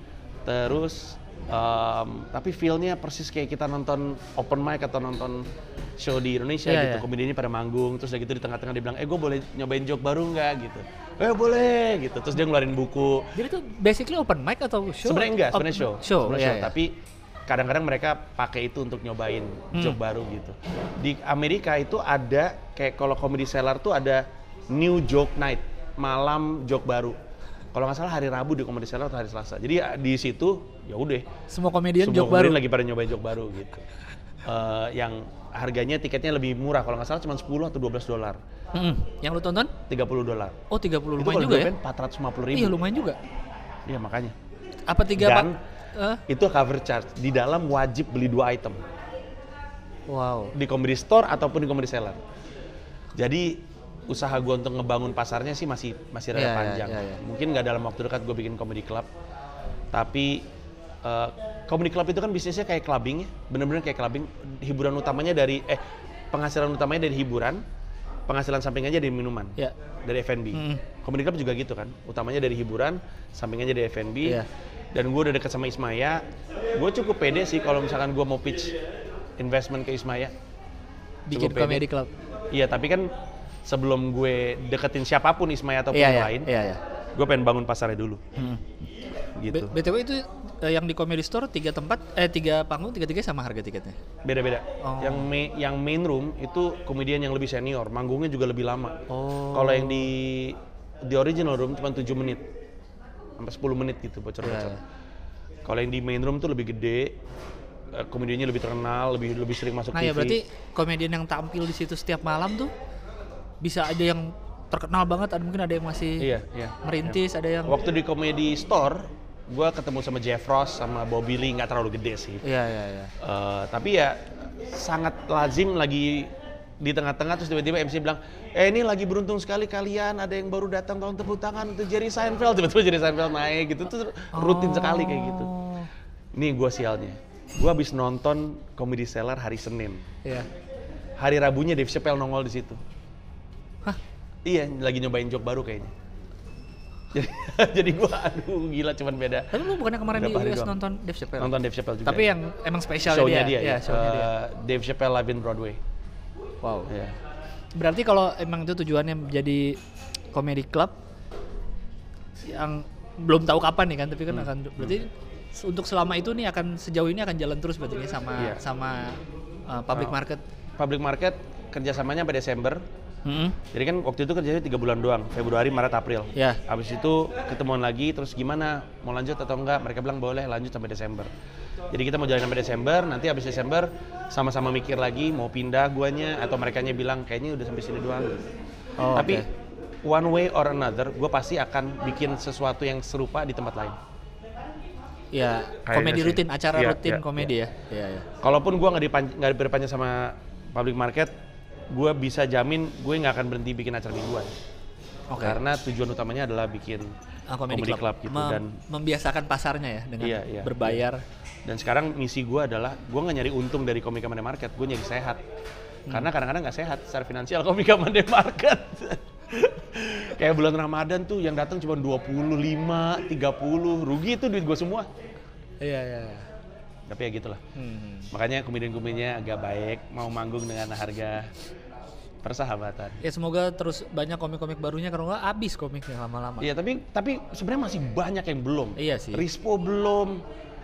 Terus um, tapi feel-nya persis kayak kita nonton open mic atau nonton show di Indonesia yeah, gitu. Yeah. Komedinya pada manggung. Terus udah gitu di tengah-tengah dia bilang, eh gue boleh nyobain joke baru nggak gitu. Eh boleh gitu. Terus dia ngeluarin buku. Jadi itu basically open mic atau show? Sebenarnya enggak, sebenarnya show. Show, sebenarnya yeah, show. yeah. Tapi kadang-kadang mereka pakai itu untuk nyobain hmm. joke baru gitu. Di Amerika itu ada kayak kalau Comedy Cellar tuh ada New Joke Night, malam joke baru. Kalau nggak salah hari Rabu di Comedy Cellar atau hari Selasa. Jadi di situ ya udah. Semua komedian semua joke baru. lagi pada nyobain joke baru gitu. Uh, yang harganya tiketnya lebih murah. Kalau nggak salah cuma sepuluh atau dua belas dolar. Hmm. Yang lu tonton? tiga puluh dolar. Oh tiga puluh, itu lumayan juga ya? empat ratus lima puluh ribu. Iya lumayan juga. Iya makanya. Apa tiga Dan uh? itu cover charge. Di dalam wajib beli dua item. Wow. Di Comedy Store ataupun di Comedy Cellar. Jadi usaha gue untuk ngebangun pasarnya sih masih masih rada yeah, panjang. Yeah, yeah, yeah. Mungkin nggak dalam waktu dekat gue bikin comedy club. Tapi uh, comedy club itu kan bisnisnya kayak clubbing ya. Bener-bener kayak clubbing. Hiburan utamanya dari eh penghasilan utamanya dari hiburan. Penghasilan sampingannya dari minuman, yeah. dari F and B. Mm. Comedy club juga gitu kan, utamanya dari hiburan, sampingannya dari F and B. Yeah. Dan gue udah deket sama Ismaya, gue cukup pede sih kalau misalkan gue mau pitch investment ke Ismaya. Bikin comedy club. Iya, tapi kan sebelum gue deketin siapapun Ismaya ataupun yeah, yang yeah, lain, yeah, yeah. gue pengen bangun pasarnya dulu. Mm. Gitu. B T W itu uh, yang di Comedy Store tiga tempat, eh tiga panggung, tiga-tiga sama harga tiketnya? Beda-beda. Oh. Yang me, yang main room itu komedian yang lebih senior, manggungnya juga lebih lama. Oh. Kalau yang di di original room cuma tujuh menit, sampai sepuluh menit gitu bocor-bocor. Yeah. Kalau yang di main room tuh lebih gede, komediannya lebih terkenal, lebih lebih sering masuk nah, T V. Nah ya berarti komedian yang tampil di situ setiap malam tuh bisa ada yang terkenal banget, ada mungkin ada yang masih iya, iya, merintis, iya. Ada yang waktu di Comedy Store gue ketemu sama Jeff Ross sama Bobby Lee, nggak terlalu gede sih. Iya iya iya. Uh, tapi ya sangat lazim lagi di tengah-tengah terus tiba-tiba M C bilang, eh ini lagi beruntung sekali kalian ada yang baru datang tolong tepuk tangan untuk Jerry Seinfeld, tiba-tiba Jerry Seinfeld naik gitu tuh rutin oh. sekali kayak gitu. Nih gue sialnya, gue habis nonton Comedy Cellar hari Senin. Iya. Hari Rabunya Dave Chappelle nongol di situ. Hah? Iya, lagi nyobain joke baru kayaknya. jadi jadi gue aduh gila cuman beda. Tapi lu bukannya kemarin di Berapa hari U S doang. nonton Dave Chappelle? Nonton Dave Chappelle juga. Tapi ya. yang emang spesial show-nya dia, dia, ya, ya. show-nya dia. Uh, Dave Chappelle live in Broadway. Wow. Ya. Berarti kalau emang itu tujuannya menjadi comedy club yang belum tahu kapan nih kan, tapi kan Hmm. akan berarti untuk selama itu nih akan sejauh ini akan jalan terus berarti nih sama Iya. sama uh, public Oh. market. Public market kerjasamanya sampai Desember. Hmm. Jadi kan waktu itu kerjanya tiga bulan doang, Februari, Maret, April. Ya. Abis itu ketemuan lagi, terus gimana, mau lanjut atau enggak? Mereka bilang boleh lanjut sampai Desember. Jadi kita mau jalan sampai Desember, nanti abis Desember sama-sama mikir lagi mau pindah guanya atau merekanya bilang kayaknya udah sampai sini doang. Oh, Tapi oke. one way or another, gue pasti akan bikin sesuatu yang serupa di tempat lain. Ya, Kayaknya komedi sih. rutin, acara Iya, rutin iya, komedi ya. Iya, iya. Kalaupun gue nggak dipan- nggak diperpanjang sama public market, gue bisa jamin gue nggak akan berhenti bikin acara mingguan. Oke. Karena tujuan utamanya adalah bikin Ah, comedy, comedy club, club gitu Mem- dan membiasakan pasarnya ya dengan Iya, iya, berbayar. dan sekarang misi gue adalah gue nggak nyari untung dari Komika Monday Market, gue nyari sehat. Karena kadang-kadang nggak sehat secara finansial Komika Monday Market. Kayak bulan Ramadan tuh yang datang cuma dua puluh lima, tiga puluh, rugi itu duit gue semua. Iya, iya. iya. Tapi ya gitulah. Hmm. Makanya komedian-komediannya agak baik, mau manggung dengan harga persahabatan. Ya semoga terus banyak komik-komik barunya, kalau nggak habis komiknya lama-lama. Iya, tapi tapi sebenarnya masih banyak yang belum. Iya sih. Rispo belum.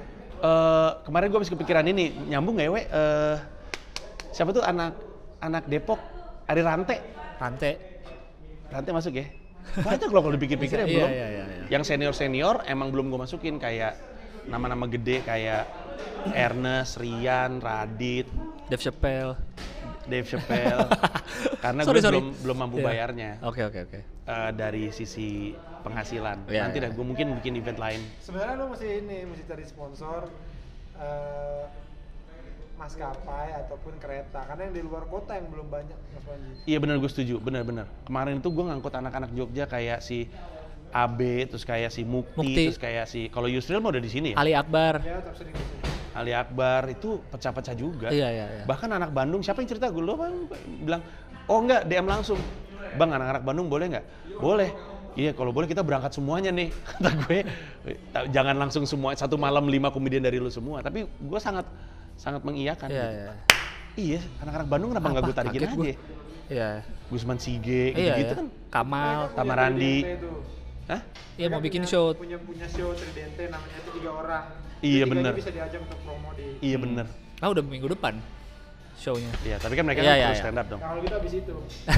Eh, kemarin gue habis kepikiran ini, nyambung nggak ya, we? Eh, siapa tuh anak anak Depok, Ari Rante. Rante. Rante masuk ya? Banyak loh kalau dipikir-pikir ya Iya, belum. iya, iya, iya. Yang senior-senior emang belum gue masukin, kayak nama-nama gede kayak Ernest, Rian, Radit, Dave Chappelle. Dave Chappelle. Karena Sorry, gue sorry. belum belum mampu Iya. bayarnya. Oke, oke, oke. Eh, dari sisi penghasilan. Iya, Nanti iya. dah gue mungkin bikin event lain. Sebenarnya lu mesti ini, mesti cari sponsor eh, maskapai ataupun kereta, karena yang di luar kota yang belum banyak, Mas Panji. Iya benar, gue setuju, benar-benar. Kemarin itu gue ngangkut anak-anak Jogja kayak si A B, terus kayak si Mukti, Mukti. terus kayak si, kalau Yusril mah udah di sini ya. Ali Akbar. Ya, tetap sering di sini. Ali Akbar itu pecah-pecah juga. Iya, iya, iya. Bahkan anak Bandung, siapa yang cerita gue lo bang bilang, oh enggak D M langsung, bang anak-anak Bandung boleh nggak? Boleh. Iya kalau boleh kita berangkat semuanya nih. Kata gue, jangan langsung semua satu malam lima komedian dari lu semua. Tapi gue sangat sangat mengiyakan. Iya, gitu. iya. Iya, anak-anak Bandung kenapa nggak Apa? gue tarikin Kaget aja? gua. Iya. Gusman Sige, Iya, gitu-gitu iya. kan. Kamal. Mereka punya Tamarandi. Tridente itu. Hah? Iya, mau Mereka bikin punya- show. Punya punya show Tridente namanya itu tiga orang. Iya, Jadi bener. tiganya bisa diajak untuk promo di. Iya bener. Ah, udah minggu depan show-nya. Iya, tapi kan mereka Iya, kan iya, terus iya. stand up dong. Nah, kalau kita habis itu.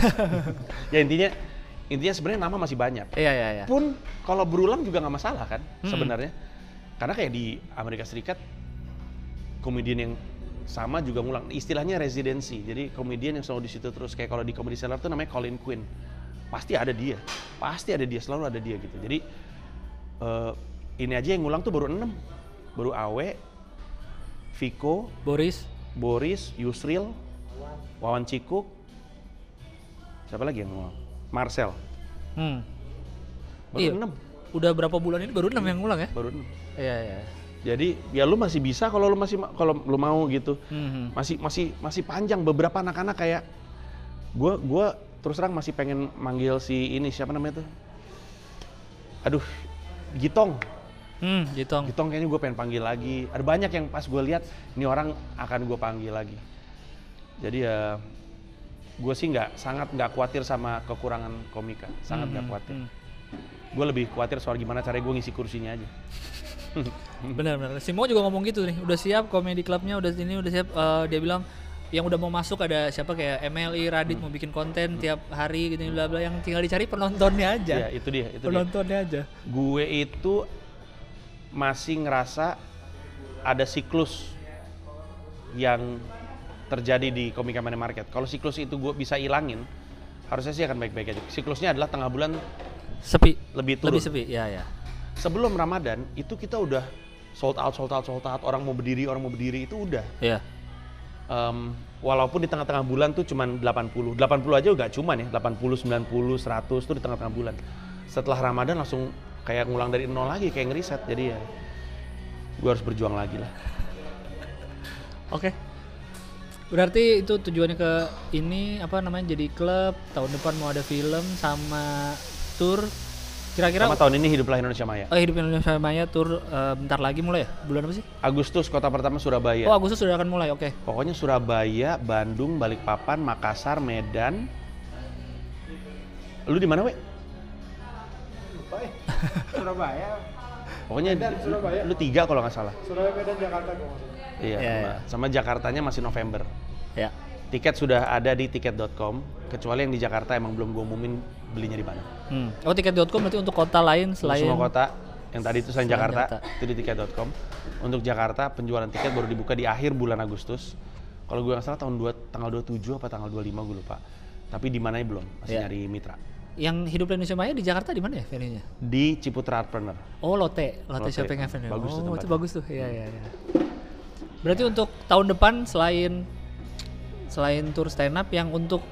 Ya intinya intinya sebenarnya nama masih banyak. Iya, iya, iya. Pun kalau berulang juga nggak masalah kan Hmm. sebenarnya. Karena kayak di Amerika Serikat komedian yang sama juga ngulang. Istilahnya residency. Jadi komedian yang selalu di situ terus, kayak kalau di Comedy Cellar tuh namanya Colin Quinn. Pasti ada dia. Pasti ada dia, selalu ada dia gitu. Jadi eh, ini aja yang ngulang tuh baru enam. Baru Awe, Viko, Boris. Boris, Yusril, Wawan Cikuk, siapa lagi yang ngulang? Marcel. Hmm. Baru Iya. enam. Udah berapa bulan ini baru enam yang ngulang ya? Baru enam. Iya, iya. Jadi ya lu masih bisa kalau lu masih ma- kalau lu mau gitu. Hmm. Masih masih masih panjang. Beberapa anak-anak kayak gua gua terus terang masih pengen manggil si ini siapa namanya tuh? Aduh, Gitong. Hmm, Jitong. Gitong kayaknya gue pengen panggil lagi. Ada banyak yang pas gue lihat ini orang akan gue panggil lagi. Jadi ya gue sih nggak sangat nggak khawatir sama kekurangan komika, sangat nggak Hmm, khawatir. hmm. Gue lebih khawatir soal gimana caranya gue ngisi kursinya aja. Benar, benar. Simo juga ngomong gitu nih. Udah siap komedi clubnya, udah ini udah siap. Eh, dia bilang yang udah mau masuk ada siapa kayak M L I, Radit mau bikin konten tiap hari gitu bla bla, yang tinggal dicari penontonnya aja. Ya itu dia, itu dia. penontonnya aja. Gue itu masih ngerasa ada siklus yang terjadi di Komika Money Market. Kalau siklus itu gue bisa ilangin, harusnya sih akan baik-baik aja. Siklusnya adalah tengah bulan Sepi. lebih turun. Lebih sepi, ya ya. Sebelum Ramadan itu kita udah sold out, sold out, sold out. Orang mau berdiri, orang mau berdiri itu udah. Iya. Em, walaupun di tengah-tengah bulan tuh cuman delapan puluh. delapan puluh aja udah cuman ya. delapan puluh, sembilan puluh, seratus tuh di tengah-tengah bulan. Setelah Ramadan langsung kayak ngulang dari nol lagi, kayak ngeriset. Jadi ya gue harus berjuang lagi lah. Oke. Berarti itu tujuannya ke ini apa namanya jadi klub, tahun depan mau ada film sama tour. Kira-kira Sama tahun ini Hiduplah Indonesia Maya. oh, Hidup Indonesia Maya tour uh, bentar lagi mulai ya? Bulan apa sih? Agustus kota pertama Surabaya. Oh, Agustus sudah akan mulai. Oke. Okay. Pokoknya Surabaya, Bandung, Balikpapan, Makassar, Medan. Lu di mana, we? Lupa ya. Surabaya. Pokoknya Medan, lu, Surabaya. lu tiga kalau nggak salah. Surabaya, Medan, Jakarta gue maksudnya. Iya, Iya, sama, iya. sama Jakartanya masih November. Ya. Tiket sudah ada di tiket dot com, kecuali yang di Jakarta emang belum gue umumin belinya di mana. Hmm. Oh, tiket dot com berarti untuk kota lain Untuk selain semua kota yang tadi itu selain selain Jakarta, Jakarta. itu di tiket dot com. Untuk Jakarta penjualan tiket baru dibuka di akhir bulan Agustus. Kalau gue nggak salah tahun dua, tanggal dua puluh tujuh apa tanggal dua puluh lima gue lupa. Tapi di mananya belum, masih Iya. nyari mitra. Yang Hidup Indonesia Maya di Jakarta di mana ya venue-nya? Di Ciputra Artpreneur. Oh, Lotte, Lotte, Lotte. Shopping Avenue. Bagus tuh oh, itu tempatnya. bagus tuh. Iya, iya, iya. Berarti untuk tahun depan selain selain tour stand up yang untuk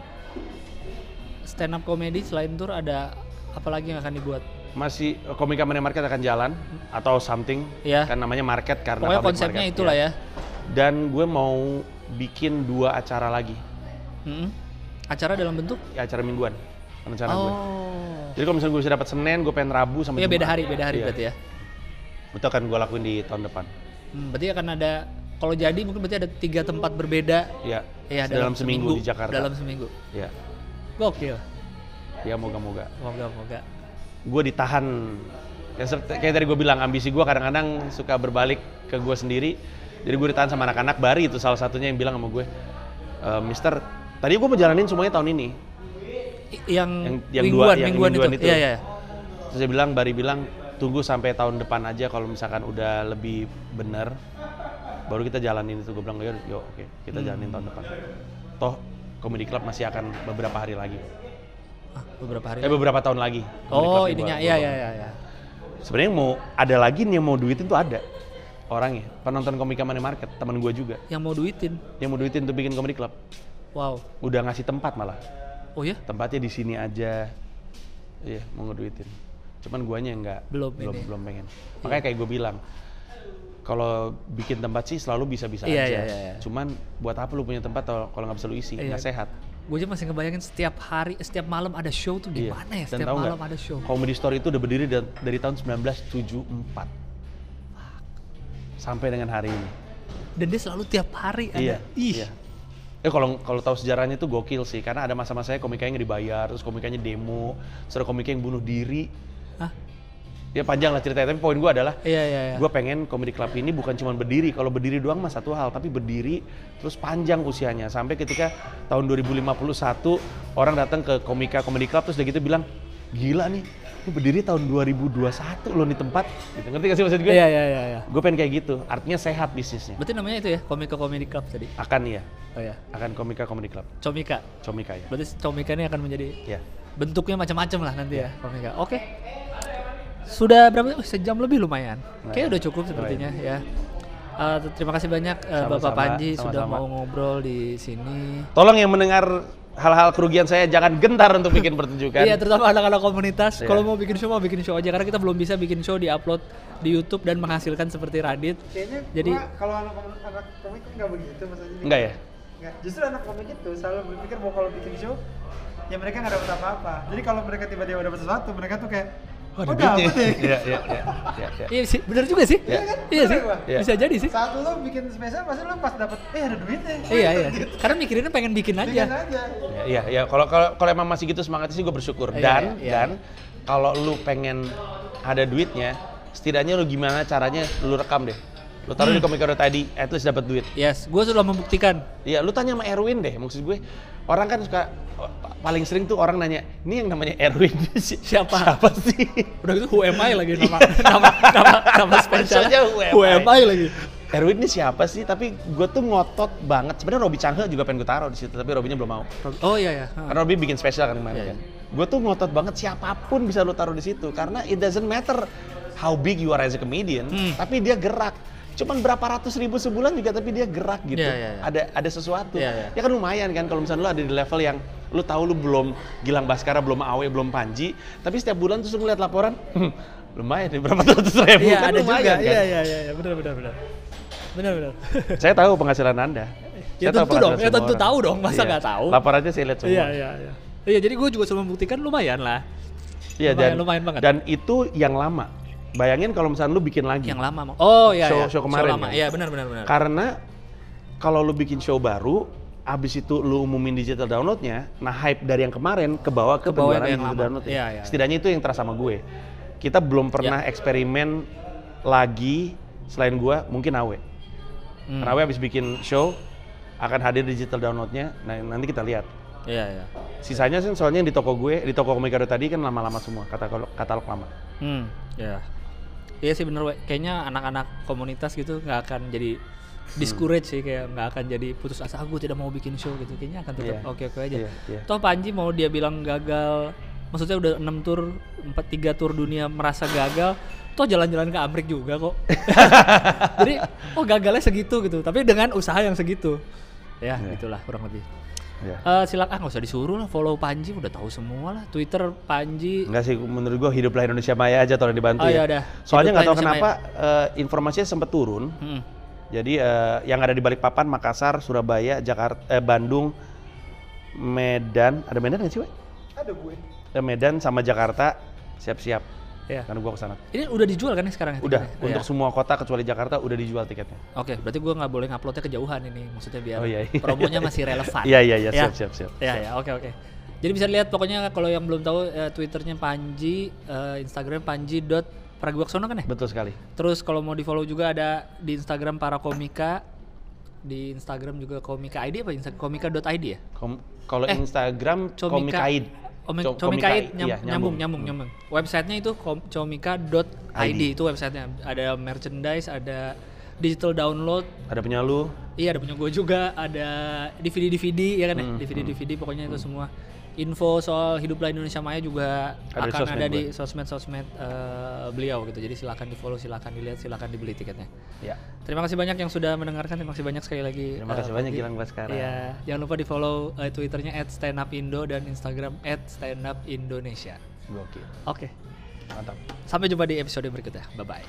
stand up comedy selain tour ada apa lagi yang akan dibuat? Masih Komika Money Market akan jalan atau something. Iya. Kan namanya market karena Pokoknya public konsepnya market, itulah ya. Dan gue mau bikin dua acara lagi. Mm-mm. Acara dalam bentuk? Ya, acara mingguan. Rencana gue. Oh. Jadi kalau misalnya gue bisa dapat Senin, gue pengen Rabu sama Iya, Jumat. beda hari, beda hari Iya. berarti ya. Itu akan gue lakuin di tahun depan. Hmm, berarti akan ada kalau jadi mungkin berarti ada tiga tempat berbeda. Iya. Iya, dalam, seminggu, di Jakarta. Dalam seminggu. Iya. Gokil. Ya moga-moga. Moga-moga. Gue ditahan. Ya, seperti- kayak tadi gue bilang, ambisi gue kadang-kadang suka berbalik ke gue sendiri. Jadi gue ditahan sama anak-anak. Bari itu salah satunya yang bilang sama gue, e, Mister, tadi gue mau jalanin semuanya tahun ini. I- Yang, Yang- yang mingguan, dua- yang mingguan, mingguan itu. itu. Iya, iya. Terus dia bilang, Bari bilang, tunggu sampai tahun depan aja kalau misalkan udah lebih bener, baru kita jalanin itu. Gue bilang, yuk, yuk oke, kita jalanin tahun depan. Toh, Comedy Club masih akan beberapa hari lagi. Ah, beberapa hari. Eh, beberapa tahun lagi. Comedy oh, Club ininya gua- iya gua iya bangun. iya iya. Sebenarnya mau ada lagi nih yang mau duitin tuh ada orangnya, penonton Komika Money Market, teman gue juga Yang mau duitin. yang mau duitin untuk bikin Comedy Club. Wow. Udah ngasih tempat malah, Oh ya? tempatnya di sini aja. Iya, mau ngeduitin. Cuman guanya nggak, Belum belum, ini. belum pengen. Makanya kayak gue bilang, kalau bikin tempat sih selalu bisa-bisa Iya, aja. iya, iya, iya. Cuman buat apa lu punya tempat kalau kalau nggak bisa lu isi, Iya. nggak sehat. Gue aja masih ngebayangin setiap hari, setiap malam ada show tuh Iya. gimana ya? Dan Setiap tahu malam nggak, ada show. Comedy Store itu udah berdiri da- dari tahun sembilan belas tujuh puluh empat sampai dengan hari ini. Dan dia selalu tiap hari ada. Iya. Ih. Iya. Eh kalau kalau tahu sejarahnya itu gokil sih, karena ada masa-masanya komikanya nggak dibayar, terus komikanya demo, terus ada komika yang bunuh diri. Hah? Ya panjang lah ceritanya, tapi poin gue adalah Iya iya iya. gue pengen Comedy Club ini bukan cuma berdiri. Kalau berdiri doang mah satu hal, tapi berdiri terus panjang usianya sampai ketika tahun dua ribu lima puluh satu orang datang ke Komika Comedy Club terus udah gitu bilang, gila nih, ini berdiri tahun dua ribu dua puluh satu loh nih tempat. Gitu. Ngerti gak sih maksud gue? Iya iya iya iya. Gue pengen kayak gitu, artinya sehat bisnisnya. Berarti namanya itu ya, Komika Comedy Club tadi. Akan ya, Oh ya. akan Komika Comedy Club, Comika. Comika ya. Berarti Comika ini akan menjadi Ya. bentuknya macam-macam lah nanti ya Komika. Oke. Sudah berapa? Oh, sejam lebih lumayan. Kayaknya udah cukup sepertinya ya. Uh, terima kasih banyak uh, Bapak Sama-sama, Panji sudah sama-sama. mau ngobrol di sini. Tolong yang mendengar hal-hal kerugian saya jangan gentar untuk bikin pertunjukan. Iya, terutama anak-anak komunitas. Iya. Kalau mau bikin show, mau bikin show aja karena kita belum bisa bikin show di-upload di YouTube dan menghasilkan seperti Radit. Kayaknya Jadi- gua kalau anak komik anak komik kan nggak begitu maksudnya. Enggak ya? Nggak. Justru anak komik itu selalu berpikir bahwa kalau bikin show ya mereka nggak dapat apa-apa. Jadi kalau mereka tiba-tiba dapat sesuatu, mereka tuh kayak Oh, oh, ada duitnya. dapet ya. Iya, iya, iya, iya, iya. Iya sih, benar juga sih. Iya. Iya sih. Bener, Bang. Iya. Bisa jadi sih. Saat lu bikin spesial pasti lu pas dapet eh ada duitnya. Iya, iya. Karena mikirinnya pengen bikin Bikin aja. aja. Ya, iya, iya. Kalau kalau kalau emang masih gitu semangatnya sih gue bersyukur. Iya, Dan iya, iya. dan kalau lu pengen ada duitnya, setidaknya lu gimana caranya lu rekam deh. Lu taruh Hmm. di Komika tadi, at least dapat duit. Yes, gue sudah membuktikan. Iya, lu tanya sama Erwin deh. Maksud gue, orang kan suka paling sering tuh orang nanya, ini yang namanya Erwin si- Siapa? Siapa sih? Udah gitu who am I lagi nama nama nama nama spesialnya Maksudnya who am who am I I? lagi. Erwin ini siapa sih? Tapi gue tuh ngotot banget. Sebenarnya Robby Changhe juga pengen gue taruh di situ, tapi Robby-nya belum mau. Oh iya ya. Karena Robby bikin spesial kan kemarin Iya, kan. Gue tuh ngotot banget siapapun bisa lu taruh di situ karena it doesn't matter how big you are as a comedian, Hmm. tapi dia gerak. Cuman berapa ratus ribu sebulan juga tapi dia gerak gitu. Iya, iya, iya. Ada ada sesuatu. Iya, iya. Ya kan lumayan kan kalau misalnya lu ada di level yang lu tahu lu belum Gilang Baskara, belum Awe, belum Panji, tapi setiap bulan terus lu ngeliat laporan, "Hmm, lumayan nih berapa ratus ribu Iya, kan ada lumayan juga. kan. Iya iya iya iya, benar benar benar. Benar benar. Saya tahu penghasilan Anda. Ya Saya tahu tentu dong, penghasilan ya semua tentu orang. tahu dong, masa Iya. nggak tahu? Laporannya saya lihat semua. Iya iya iya. Iya, jadi gue juga selalu membuktikan lumayan lah. Iya, lumayan, dan, lumayan banget. Dan itu yang lama. Bayangin kalau misalnya lu bikin lagi. Yang lama. Oh iya, show, iya. show kemarin. lama. Kan? Iya, benar benar benar. Karena kalau lu bikin show baru, abis itu lu umumin digital downloadnya, nah hype dari yang kemarin ke bawah ke Kebawa penjualan yang digital lama. downloadnya. Iya, iya. Setidaknya itu yang terasa sama gue. Kita belum pernah Ya. eksperimen lagi selain gue, mungkin Awe. Hmm. Karena Awe abis bikin show akan hadir digital downloadnya. Nah nanti kita lihat. Iya, iya. Sisanya sih soalnya yang di toko gue, di toko Komikado tadi kan lama-lama semua, katalog, katalog lama. Hmm, ya. Iya sih bener, we. Kayaknya anak-anak komunitas gitu nggak akan jadi discourage sih, kayak nggak akan jadi putus asa, aku tidak mau bikin show gitu. Kayaknya akan tetap Iya. oke-oke aja. Iya, iya. Toh Panji mau dia bilang gagal, maksudnya udah enam tour, empat tiga tour dunia merasa gagal, toh jalan-jalan ke Amerika juga kok. Jadi, oh gagalnya segitu gitu, tapi dengan usaha yang segitu. Ya, Iya. gitulah kurang lebih. Ya. Eh silakan, ah nggak usah disuruh lah, follow Panji udah tahu semua lah. Twitter Panji. Enggak sih, menurut gua hiduplah Indonesia Maya aja tolong dibantu Oh, ya. ya udah. Soalnya nggak tahu Hiduplah kenapa eh, informasinya sempat turun. Hmm. Jadi eh, yang ada di Balikpapan, Makassar, Surabaya, Jakarta, eh, Bandung, Medan, ada Medan nggak sih, Wei? Ada gue. Eh, Medan sama Jakarta siap-siap. Ya. Karena gua kesana. Ini udah dijual kan ya sekarang? ya Udah, tiketnya? untuk Iya. semua kota kecuali Jakarta udah dijual tiketnya. Oke, berarti gua nggak boleh nguploadnya kejauhan ini, maksudnya biar Oh, iya, iya. promonya masih relevan. Iya, iya, iya, Ya? siap, siap, siap. Ya, ya, oke, oke. Jadi bisa lihat pokoknya kalau yang belum tahu eh, Twitternya Panji, eh, Instagram panji dot pragiwaksono kan ya? Betul sekali. Terus kalau mau di follow juga ada di Instagram para komika, di Instagram juga komika I D apa Insta komika dot I D ya? Kom- kalau Eh, Instagram Comika- Komikaid. Omi- Co- Comikaid Komikaid, nyam- iya, nyambung nyambung nyambung. Websitenya itu com- comika dot I D itu websitenya. Ada merchandise, ada digital download. Ada punya lu. Iya, ada punya gue juga, ada D V D D V D ya kan ya, Hmm, D V D D V D pokoknya itu semua. Info soal Hiduplah Indonesia Maya juga Ada di akan sosmed ada gue. di sosmed-sosmed eh, beliau gitu. Jadi silakan di follow, silakan dilihat, silakan dibeli tiketnya. Ya. Terima kasih banyak yang sudah mendengarkan, terima kasih banyak sekali lagi. Terima eh, kasih banyak Panji. Gilang Baskara. Iya, jangan lupa di follow eh, Twitternya at standupindo dan Instagram at standupindonesia. Gokil. Oke, Mantap. sampai jumpa di episode berikutnya. Bye bye.